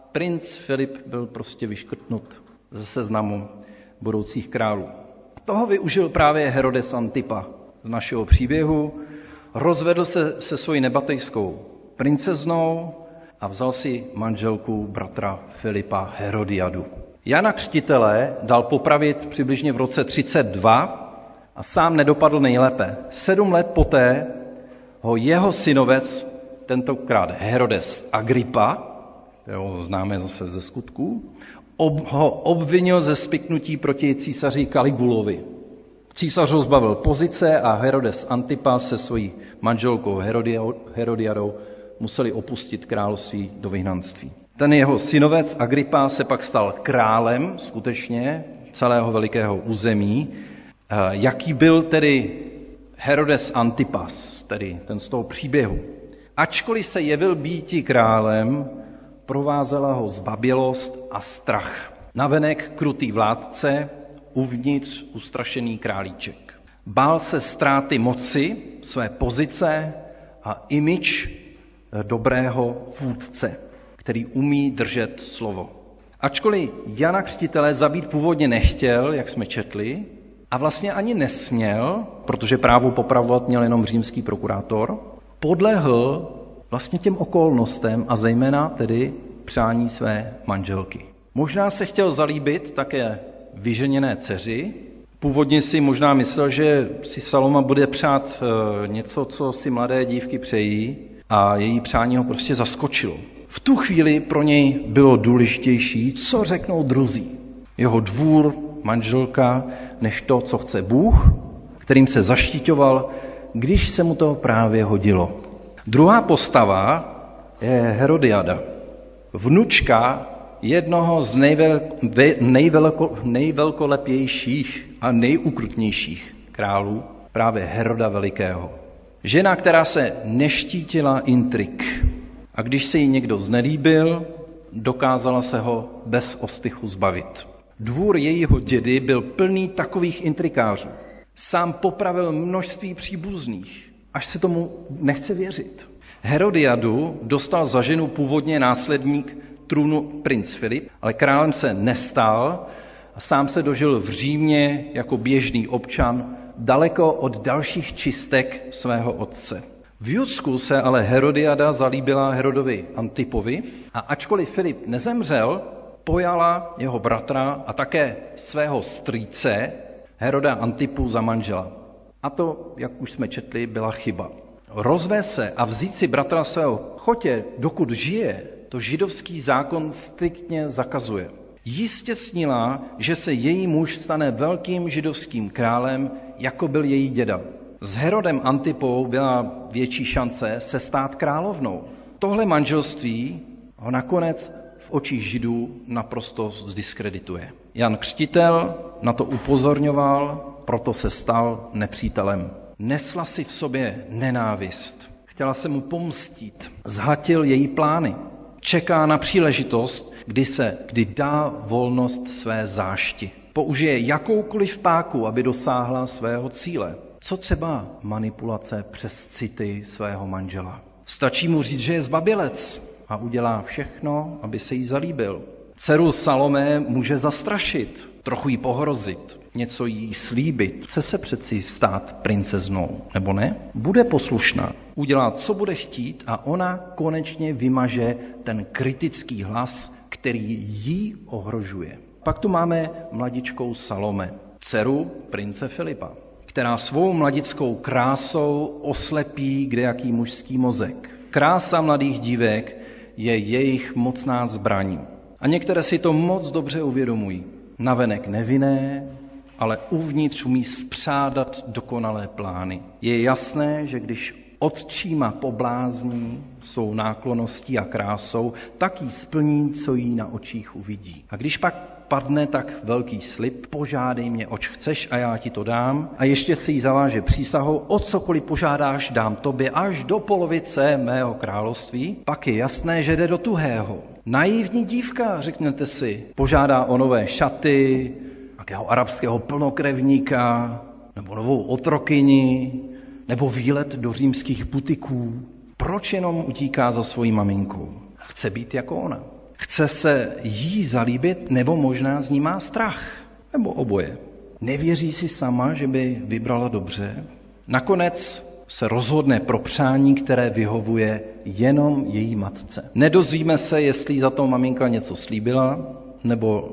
[SPEAKER 1] princ Filip byl prostě vyškrtnut ze seznamu budoucích králů. Toho využil právě Herodes Antipa z našeho příběhu. Rozvedl se svojí nebatejskou princeznou a vzal si manželku bratra Filipa Herodiadu. Jana Křtitele dal popravit přibližně v roce 32 a sám nedopadl nejlépe. 7 let poté ho jeho synovec, tentokrát Herodes Agrippa, kterého známe zase ze Skutků, ho obvinil ze spiknutí proti císaři Kaligulovi. Císař ho zbavil pozice a Herodes Antipa se svojí manželkou Herodiadou museli opustit království do vyhnanství. Ten jeho synovec Agrippa se pak stal králem skutečně celého velikého území. Jaký byl tedy Herodes Antipas, tedy ten z toho příběhu? Ačkoliv se jevil býti králem, provázela ho zbabělost a strach. Navenek krutý vládce, uvnitř ustrašený králíček. Bál se ztráty moci, své pozice a image dobrého vůdce, který umí držet slovo. Ačkoliv Jana Křtitele zabít původně nechtěl, jak jsme četli, a vlastně ani nesměl, protože právo popravovat měl jenom římský prokurátor, podlehl vlastně těm okolnostem a zejména tedy přání své manželky. Možná se chtěl zalíbit také vyženěné dceři. Původně si možná myslel, že si Saloma bude přát něco, co si mladé dívky přejí, a její přání ho prostě zaskočilo. V tu chvíli pro něj bylo důležitější, co řeknou druzí. Jeho dvůr, manželka, než to, co chce Bůh, kterým se zaštiťoval, když se mu to právě hodilo. Druhá postava je Herodiada, vnučka jednoho z nejvelkolepějších a nejukrutnějších králů, právě Heroda Velikého. Žena, která se neštítila intrik. A když se jí někdo znelíbil, dokázala se ho bez ostychu zbavit. Dvůr jejího dědy byl plný takových intrikářů. Sám popravil množství příbuzných, až se tomu nechce věřit. Herodiadu dostal za ženu původně následník trůnu princ Filip, ale králem se nestal a sám se dožil v Římě jako běžný občan daleko od dalších čistek svého otce. V Judsku se ale Herodiada zalíbila Herodovi Antipovi a ačkoliv Filip nezemřel, pojala jeho bratra a také svého strýce Heroda Antipu za manžela. A to, jak už jsme četli, byla chyba. Rozvést se a vzít si bratra svého chotě, dokud žije, to židovský zákon striktně zakazuje. Jistě snila, že se její muž stane velkým židovským králem, jako byl její děda. S Herodem Antipou byla větší šance se stát královnou. Tohle manželství ho nakonec v očích Židů naprosto zdiskredituje. Jan Křtitel na to upozorňoval, proto se stal nepřítelem. Nesla si v sobě nenávist. Chtěla se mu pomstít. Zhatil její plány. Čeká na příležitost, kdy dá volnost své zášti. Použije jakoukoliv páku, aby dosáhla svého cíle. Co třeba manipulace přes city svého manžela? Stačí mu říct, že je zbabělec a udělá všechno, aby se jí zalíbil. Dceru Salomé může zastrašit, trochu jí pohrozit, něco jí slíbit. Chce se přeci stát princeznou, nebo ne? Bude poslušná, udělá, co bude chtít a ona konečně vymaže ten kritický hlas, který jí ohrožuje. Pak tu máme mladičkou Salome, dceru prince Filipa, která svou mladickou krásou oslepí kdejaký mužský mozek. Krása mladých dívek je jejich mocná zbraň. A některé si to moc dobře uvědomují. Navenek nevinné, ale uvnitř umí spřádat dokonalé plány. Je jasné, že když otčíma poblázní svou náklonností a krásou, tak jí splní, co jí na očích uvidí. A když pak padne tak velký slib, požádej mě, oč chceš a já ti to dám, a ještě si jí zaváže přísahou, o cokoliv požádáš, dám tobě až do polovice mého království, pak je jasné, že jde do tuhého. Naivní dívka, řeknete si, požádá o nové šaty, nějakého arabského plnokrevníka, nebo novou otrokyni, nebo výlet do římských butiků. Proč jenom utíká za svojí maminkou? Chce být jako ona. Chce se jí zalíbit, nebo možná z ní má strach, nebo oboje. Nevěří si sama, že by vybrala dobře. Nakonec se rozhodne pro přání, které vyhovuje jenom její matce. Nedozvíme se, jestli za to maminka něco slíbila, nebo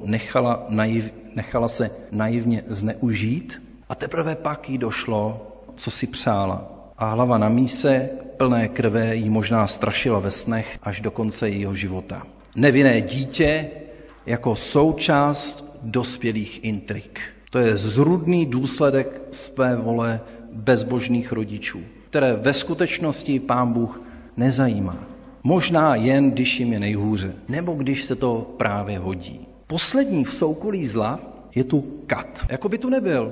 [SPEAKER 1] nechala se naivně zneužít. A teprve pak jí došlo, co si přála. A hlava na míse, plné krve, jí možná strašila ve snech až do konce jejího života. Nevinné dítě jako součást dospělých intrik. To je zrůdný důsledek své vole bezbožných rodičů, které ve skutečnosti Pán Bůh nezajímá. Možná jen, když jim je nejhůře, nebo když se to právě hodí. Poslední v soukolí zla je tu kat. Jako by tu nebyl.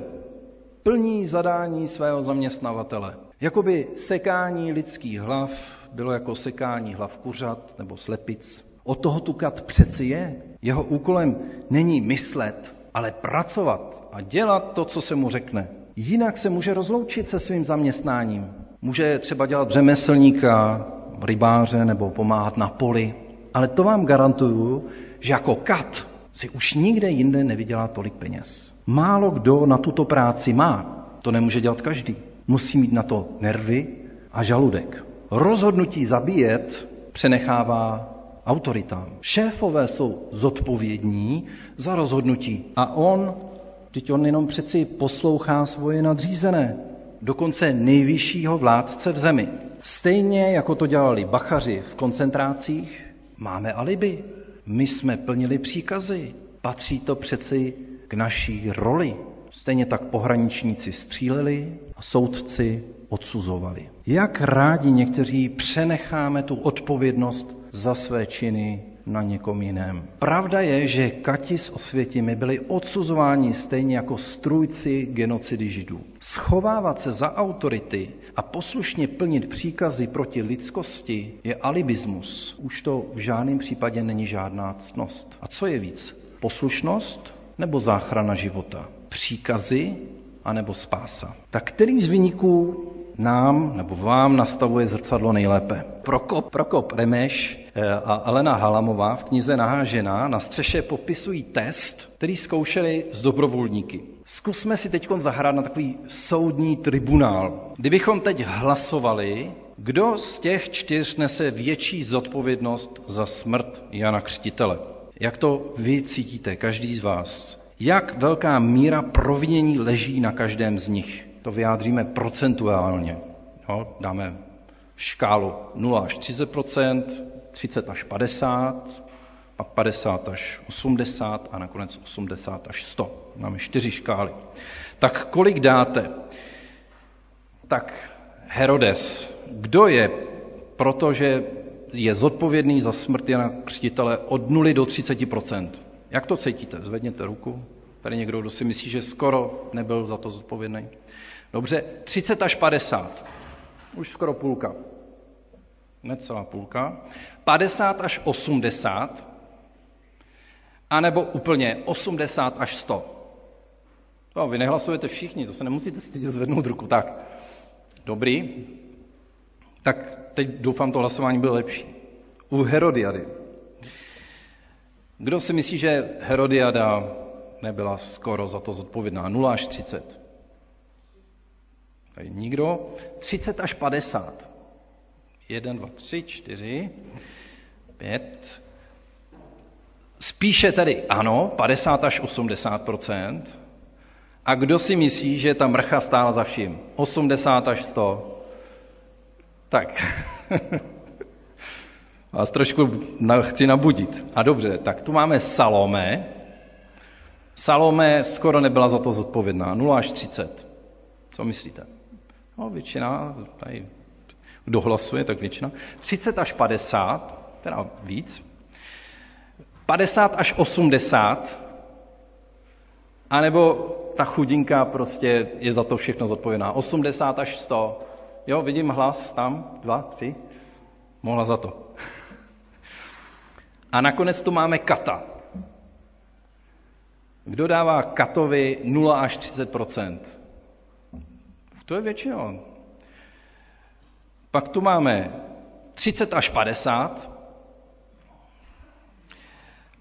[SPEAKER 1] Plní zadání svého zaměstnavatele. Jakoby sekání lidských hlav bylo jako sekání hlav kuřat nebo slepic. Od toho tu kat přeci je. Jeho úkolem není myslet, ale pracovat a dělat to, co se mu řekne. Jinak se může rozloučit se svým zaměstnáním. Může třeba dělat řemeslníka, rybáře nebo pomáhat na poli. Ale to vám garantuju, že jako kat si už nikde jinde nevydělá tolik peněz. Málo kdo na tuto práci má. To nemůže dělat každý. Musí mít na to nervy a žaludek. Rozhodnutí zabíjet přenechává autoritám. Šéfové jsou zodpovědní za rozhodnutí a on jenom přeci poslouchá svoje nadřízené, dokonce nejvyššího vládce v zemi. Stejně jako to dělali bachaři v koncentrácích, máme alibi. My jsme plnili příkazy. Patří to přeci k naší roli. Stejně tak pohraničníci stříleli a soudci odsuzovali. Jak rádi někteří přenecháme tu odpovědnost za své činy na někom jiném. Pravda je, že Kati s Osvětimi byli odsuzováni stejně jako strůjci genocidy Židů. Schovávat se za autority a poslušně plnit příkazy proti lidskosti je alibismus. Už to v žádném případě není žádná ctnost. A co je víc? Poslušnost nebo záchrana života? Příkazy anebo spása? Tak který z viníků nám nebo vám nastavuje zrcadlo nejlépe? Prokop Remeš a Alena Halamová v knize Nahá žena na střeše popisují test, který zkoušeli s dobrovolníky. Zkusme si teď zahrát na takový soudní tribunál. Kdybychom teď hlasovali, kdo z těch 4 nese větší zodpovědnost za smrt Jana Křtitele. Jak to vy cítíte, každý z vás? Jak velká míra provinění leží na každém z nich? To vyjádříme procentuálně. Jo, dáme škálu 0 až 30%, 30 až 50, pak 50 až 80 a nakonec 80 až 100. Máme 4 škály. Tak kolik dáte? Tak Herodes. Kdo je, protože je zodpovědný za smrt Jana Křtitele od 0 do 30%? Jak to cítíte? Zvedněte ruku. Tady někdo, kdo si myslí, že skoro nebyl za to zodpovědný. Dobře, 30 až 50. Už skoro půlka. Necelá půlka. 50 až 80. A nebo úplně 80 až 100. No, vy nehlasujete všichni, to se nemusíte stydět zvednout ruku. Tak, dobrý. Tak teď doufám, to hlasování bylo lepší. U Herodiady. Kdo si myslí, že Herodiada nebyla skoro za to zodpovědná? 0 až 30. Tady nikdo. 30 až 50. 1, 2, 3, 4, 5. Spíše tedy ano, 50 až 80%. A kdo si myslí, že ta mrcha stála za vším? 80 až 100. Tak. Vás trošku chci nabudit. A dobře, tak tu máme Salome. Salome skoro nebyla za to zodpovědná. 0 až 30. Co myslíte? No, většina, tady, kdo hlasuje, tak většina. 30 až 50, teda víc. 50 až 80, anebo ta chudinka prostě je za to všechno zodpovědná. 80 až 100. Jo, vidím hlas tam, 2, 3. Mohla za to. A nakonec tu máme Kata. Kdo dává Katovi 0 až 30%? To je většina. Pak tu máme 30 až 50.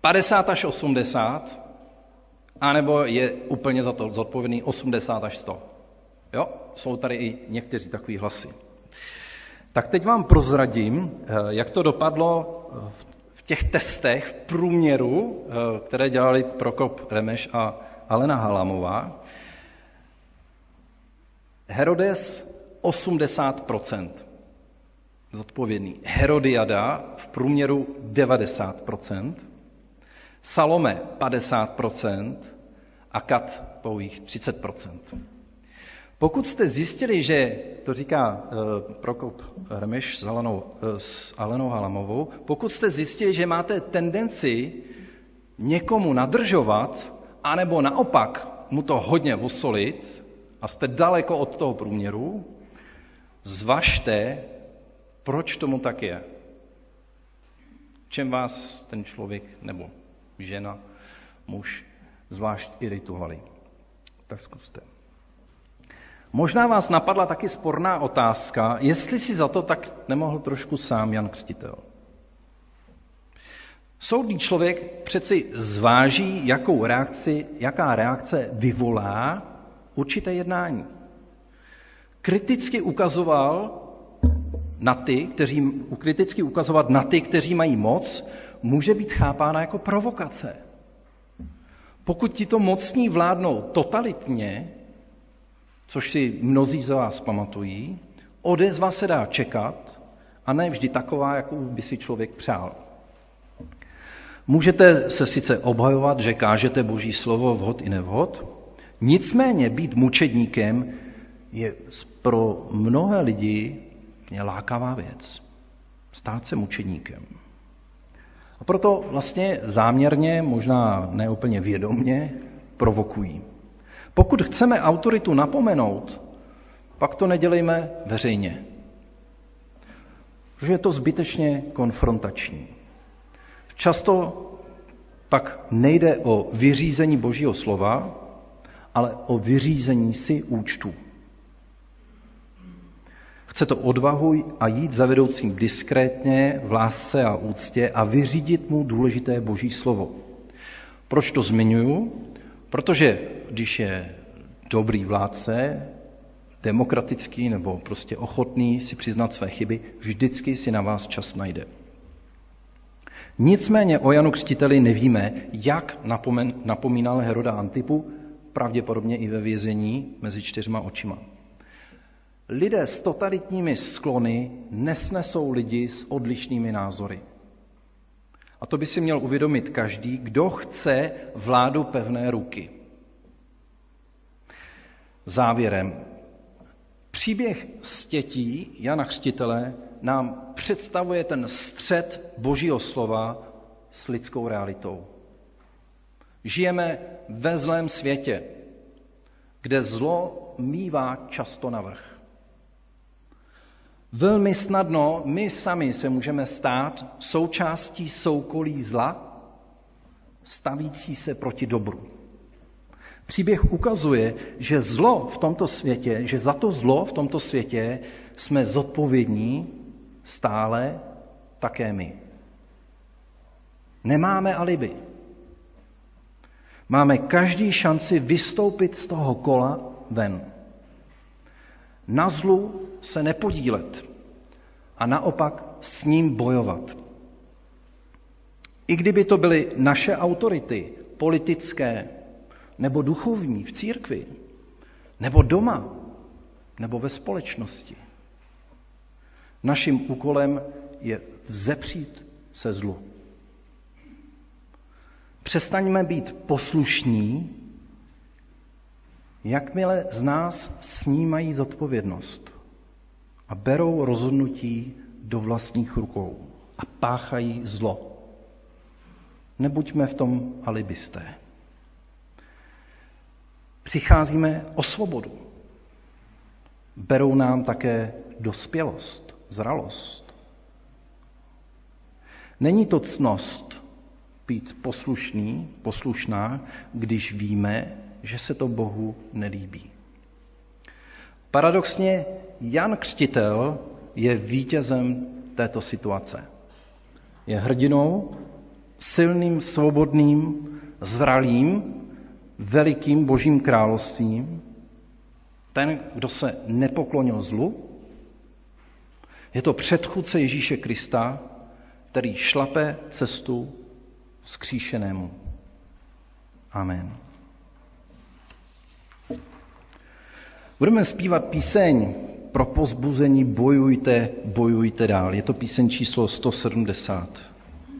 [SPEAKER 1] 50 až 80, anebo je úplně za to zodpovědný 80 až 100. Jo, jsou tady i někteří takový hlasy. Tak teď vám prozradím, jak to dopadlo v těch testech v průměru, které dělali Prokop Remeš a Alena Halamová. Herodes 80% zodpovědný. Herodiada v průměru 90%. Salome 50% a Kat pouhých 30%. Pokud jste zjistili, že, to říká Prokop Remeš s Alenou Halamovou, pokud jste zjistili, že máte tendenci někomu nadržovat, anebo naopak mu to hodně osolit a jste daleko od toho průměru, zvažte, proč tomu tak je. Čem vás ten člověk nebo žena, muž zvlášť iritovali. Tak zkuste. Možná vás napadla taky sporná otázka, jestli si za to tak nemohl trošku sám Jan Křtitel. Soudný člověk přeci zváží, jaká reakce vyvolá určité jednání. Kriticky ukazovat na ty, kteří mají moc, může být chápána jako provokace. Pokud tito mocní vládnou totalitně, což si mnozí z vás pamatují, odezva se dá čekat a ne vždy taková, jakou by si člověk přál. Můžete se sice obhajovat, že kážete Boží slovo vhod i nevhod, nicméně být mučedníkem je pro mnohé lidi lákavá věc. Stát se mučedníkem. A proto vlastně záměrně, možná neúplně vědomně, provokují. Pokud chceme autoritu napomenout, pak to nedělejme veřejně. Protože je to zbytečně konfrontační. Často pak nejde o vyřízení Božího slova, ale o vyřízení si účtů. Chce to odvahu a jít za vedoucím diskrétně, v lásce a úctě a vyřídit mu důležité Boží slovo. Proč to zmiňuju? Protože když je dobrý vládce, demokratický nebo prostě ochotný si přiznat své chyby, vždycky si na vás čas najde. Nicméně o Janu Křtiteli nevíme, jak napomínal Heroda Antipu, pravděpodobně i ve vězení mezi 4 očima. Lidé s totalitními sklony nesnesou lidi s odlišnými názory. A to by si měl uvědomit každý, kdo chce vládu pevné ruky. Závěrem. Příběh stětí Jana Křtitele nám představuje ten střet Božího slova s lidskou realitou. Žijeme ve zlém světě, kde zlo mívá často navrch. Velmi snadno my sami se můžeme stát součástí soukolí zla, stavící se proti dobru. Příběh ukazuje, že za to zlo v tomto světě jsme zodpovědní stále také my. Nemáme alibi. Máme každý šanci vystoupit z toho kola ven. Na zlu se nepodílet a naopak s ním bojovat. I kdyby to byly naše autority, politické nebo duchovní v církvi, nebo doma, nebo ve společnosti. Naším úkolem je vzepřít se zlu. Přestaňme být poslušní, jakmile z nás snímají zodpovědnost a berou rozhodnutí do vlastních rukou a páchají zlo. Nebuďme v tom alibisté. Přicházíme o svobodu. Berou nám také dospělost, zralost. Není to ctnost být poslušná, když víme, že se to Bohu nelíbí. Paradoxně Jan Křtitel je vítězem této situace. Je hrdinou, silným, svobodným, zralým, velikým Božím královstvím. Ten, kdo se nepoklonil zlu, je to předchůdce Ježíše Krista, který šlape cestu vzkříšenému. Amen. Budeme zpívat píseň pro povzbuzení Bojujte, bojujte dál. Je to píseň číslo 170.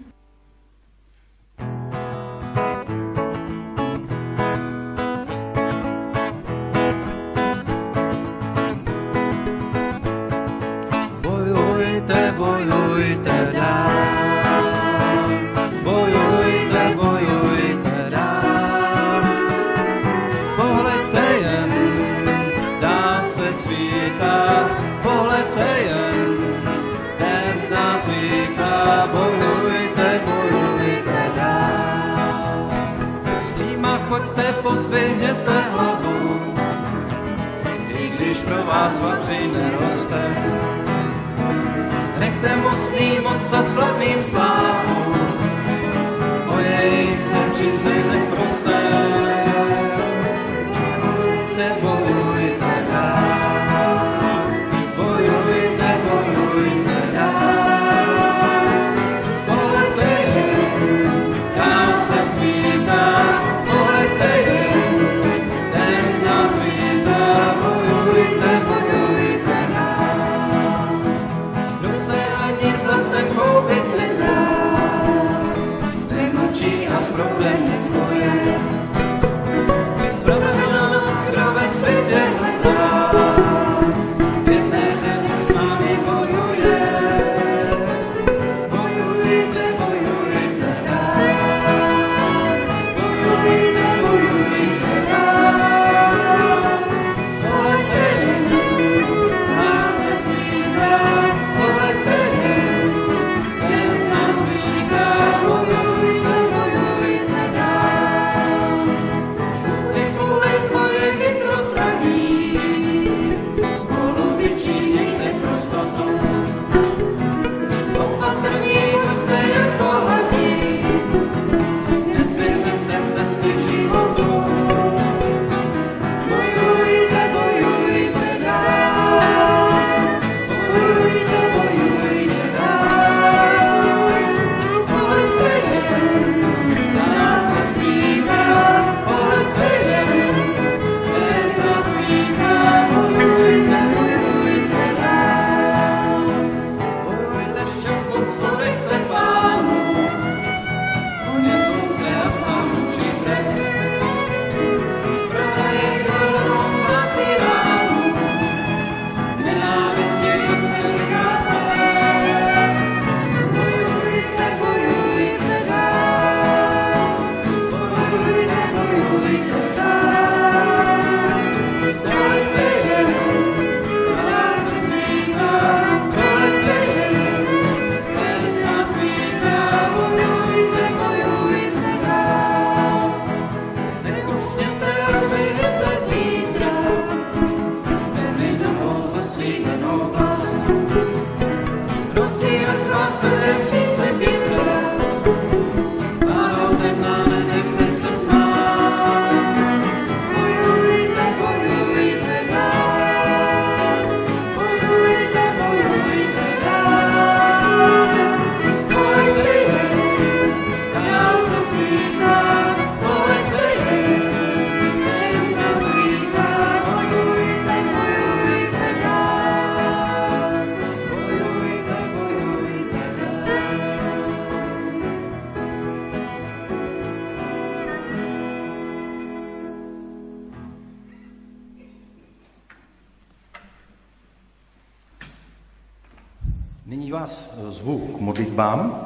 [SPEAKER 1] Nyní vás zvu k modlitbám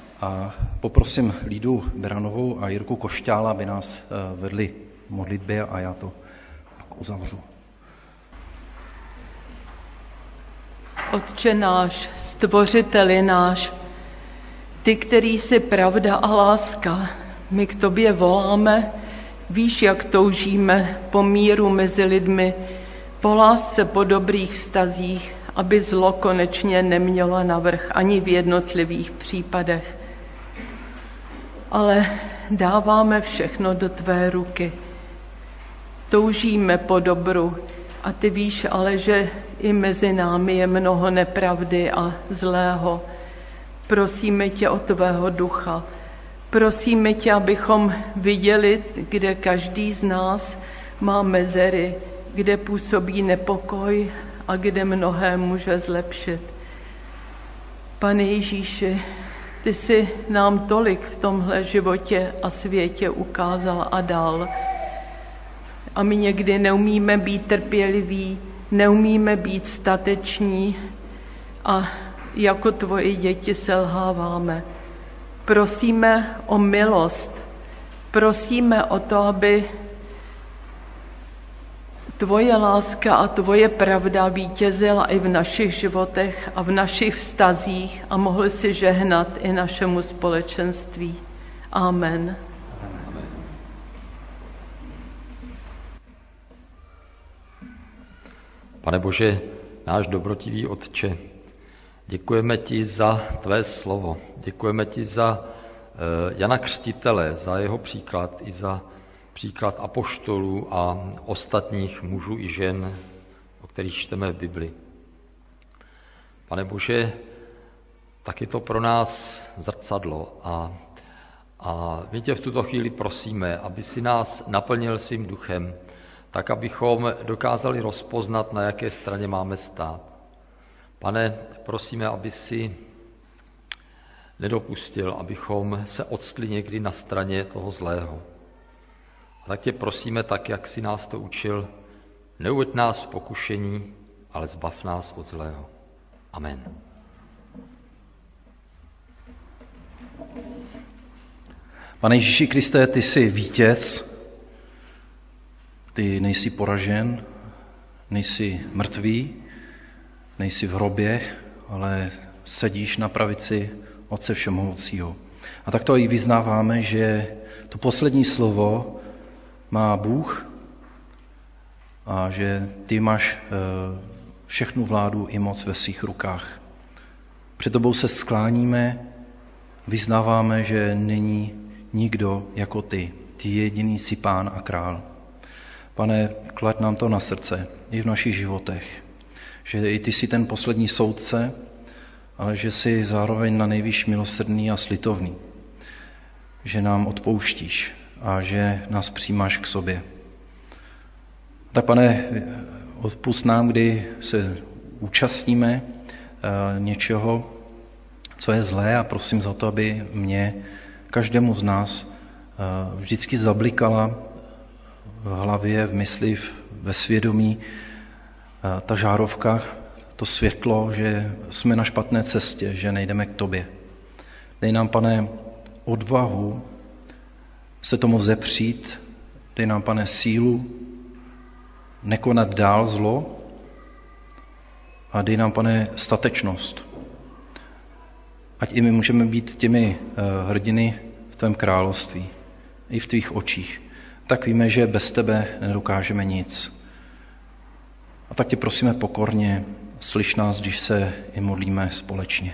[SPEAKER 1] a poprosím Lídu Beranovou a Jirku Košťála, aby nás vedli v modlitbě a já to pak uzavřu.
[SPEAKER 4] Otče náš, stvořiteli náš, ty, který jsi pravda a láska, my k tobě voláme, víš, jak toužíme po míru mezi lidmi, po lásce, po dobrých vztazích, aby zlo konečně nemělo navrch ani v jednotlivých případech. ale dáváme všechno do tvé ruky. Toužíme po dobru a ty víš ale, že i mezi námi je mnoho nepravdy a zlého. Prosíme tě o tvého ducha. Prosíme tě, abychom viděli, kde každý z nás má mezery, kde působí nepokoj a kde mnohé může zlepšit. Pane Ježíši, ty jsi nám tolik v tomhle životě a světě ukázal a dal. A my někdy neumíme být trpěliví, neumíme být stateční a jako tvoje děti selháváme. Prosíme o milost, prosíme o to, aby tvoje láska a tvoje pravda vítězila i v našich životech a v našich vztazích a mohl si žehnat i našemu společenství. Amen.
[SPEAKER 5] Pane Bože, náš dobrotivý Otče, děkujeme ti za tvé slovo, děkujeme ti za Jana Křtitele, za jeho příklad i za příklad apoštolů a ostatních mužů i žen, o kterých čteme v Bibli. Pane Bože, tak je to pro nás zrcadlo a my tě v tuto chvíli prosíme, aby si nás naplnil svým duchem, tak abychom dokázali rozpoznat, na jaké straně máme stát. Pane, prosíme, aby si nedopustil, abychom se octli někdy na straně toho zlého. A tak tě prosíme, tak jak si nás to učil, neuveď nás v pokušení, ale zbav nás od zlého. Amen.
[SPEAKER 1] Pane Ježíši Kriste, ty jsi vítěz, ty nejsi poražen, nejsi mrtvý, nejsi v hrobě, ale sedíš na pravici Otce Všemohoucího. A tak to i vyznáváme, že to poslední slovo má Bůh a že ty máš všechnu vládu i moc ve svých rukách. Před tobou se skláníme, vyznáváme, že není nikdo jako ty. Ty jediný jsi Pán a Král. Pane, klaď nám to na srdce i v našich životech, že i ty jsi ten poslední soudce, ale že jsi zároveň na nejvýš milosrdný a slitovný, že nám odpouštíš a že nás přijímáš k sobě. Tak pane, odpusť nám, kdy se účastníme něčeho, co je zlé, a prosím za to, aby mě, každému z nás, vždycky zablikala v hlavě, v mysli, ve svědomí ta žárovka, to světlo, že jsme na špatné cestě, že nejdeme k tobě. Dej nám, Pane, odvahu se tomu vzepřít, dej nám, Pane, sílu nekonat dál zlo a dej nám, Pane, statečnost. Ať i my můžeme být těmi hrdiny v tvém království, i v tvých očích. Tak víme, že bez tebe nedokážeme nic. A tak tě prosíme pokorně, slyš nás, když se i modlíme společně.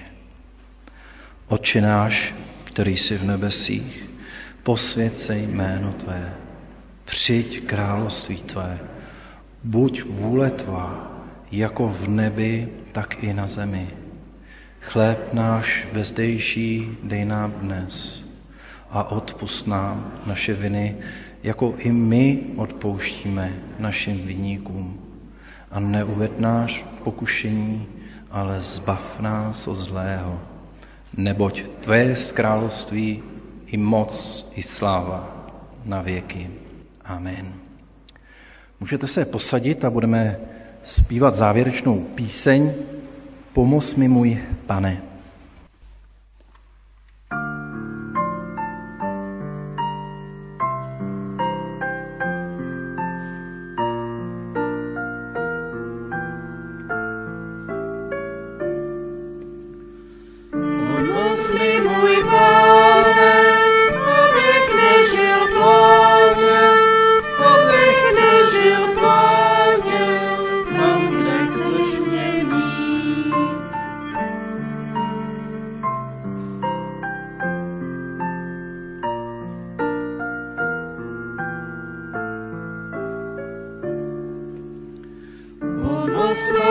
[SPEAKER 1] Otče náš, který jsi v nebesích, posvěť se jméno tvé, přijď království tvé, buď vůle tvá, jako v nebi, tak i na zemi. Chléb náš vezdejší dej nám dnes a odpusť nám naše viny, jako i my odpouštíme našim viníkům. A neuved nás v pokušení, ale zbav nás od zlého. Neboť tvé je království i moc, i sláva na věky. Amen. Můžete se posadit a budeme zpívat závěrečnou píseň Pomoz mi, můj Pane.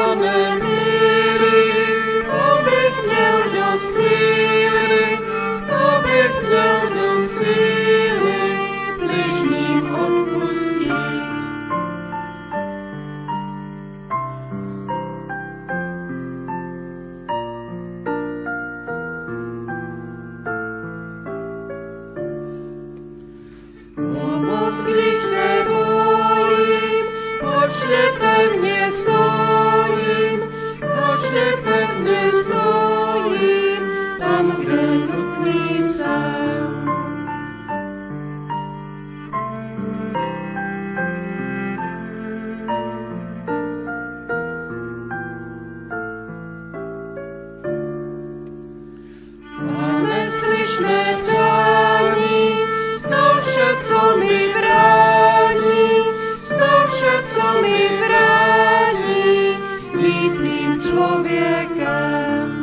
[SPEAKER 6] Pane milý, abych měl do síly, bližním odpustit. Pomoc, když se bojím, hoďže pevně stojím, tam, kde nutný jsem. Pane, slyš mé přání, znal vše, co mi brání, být tvým člověkem.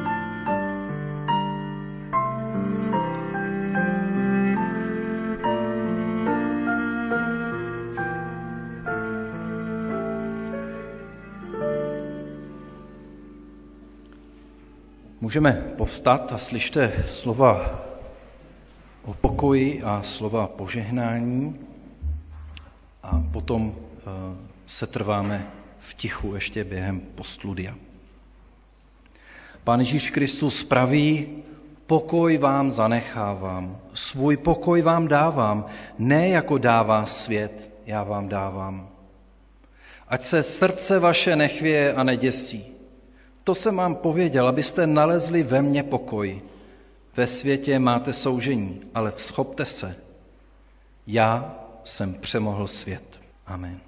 [SPEAKER 1] Můžeme povstat a slyšte slova o pokoji a slova požehnání a potom se trváme v tichu ještě během postludia. Pán Ježíš Kristus praví, pokoj vám zanechávám, svůj pokoj vám dávám, ne jako dává svět, já vám dávám. Ať se srdce vaše nechvěje a neděsí. To jsem vám pověděl, abyste nalezli ve mně pokoj. Ve světě máte soužení, ale vzchopte se. Já jsem přemohl svět. Amen.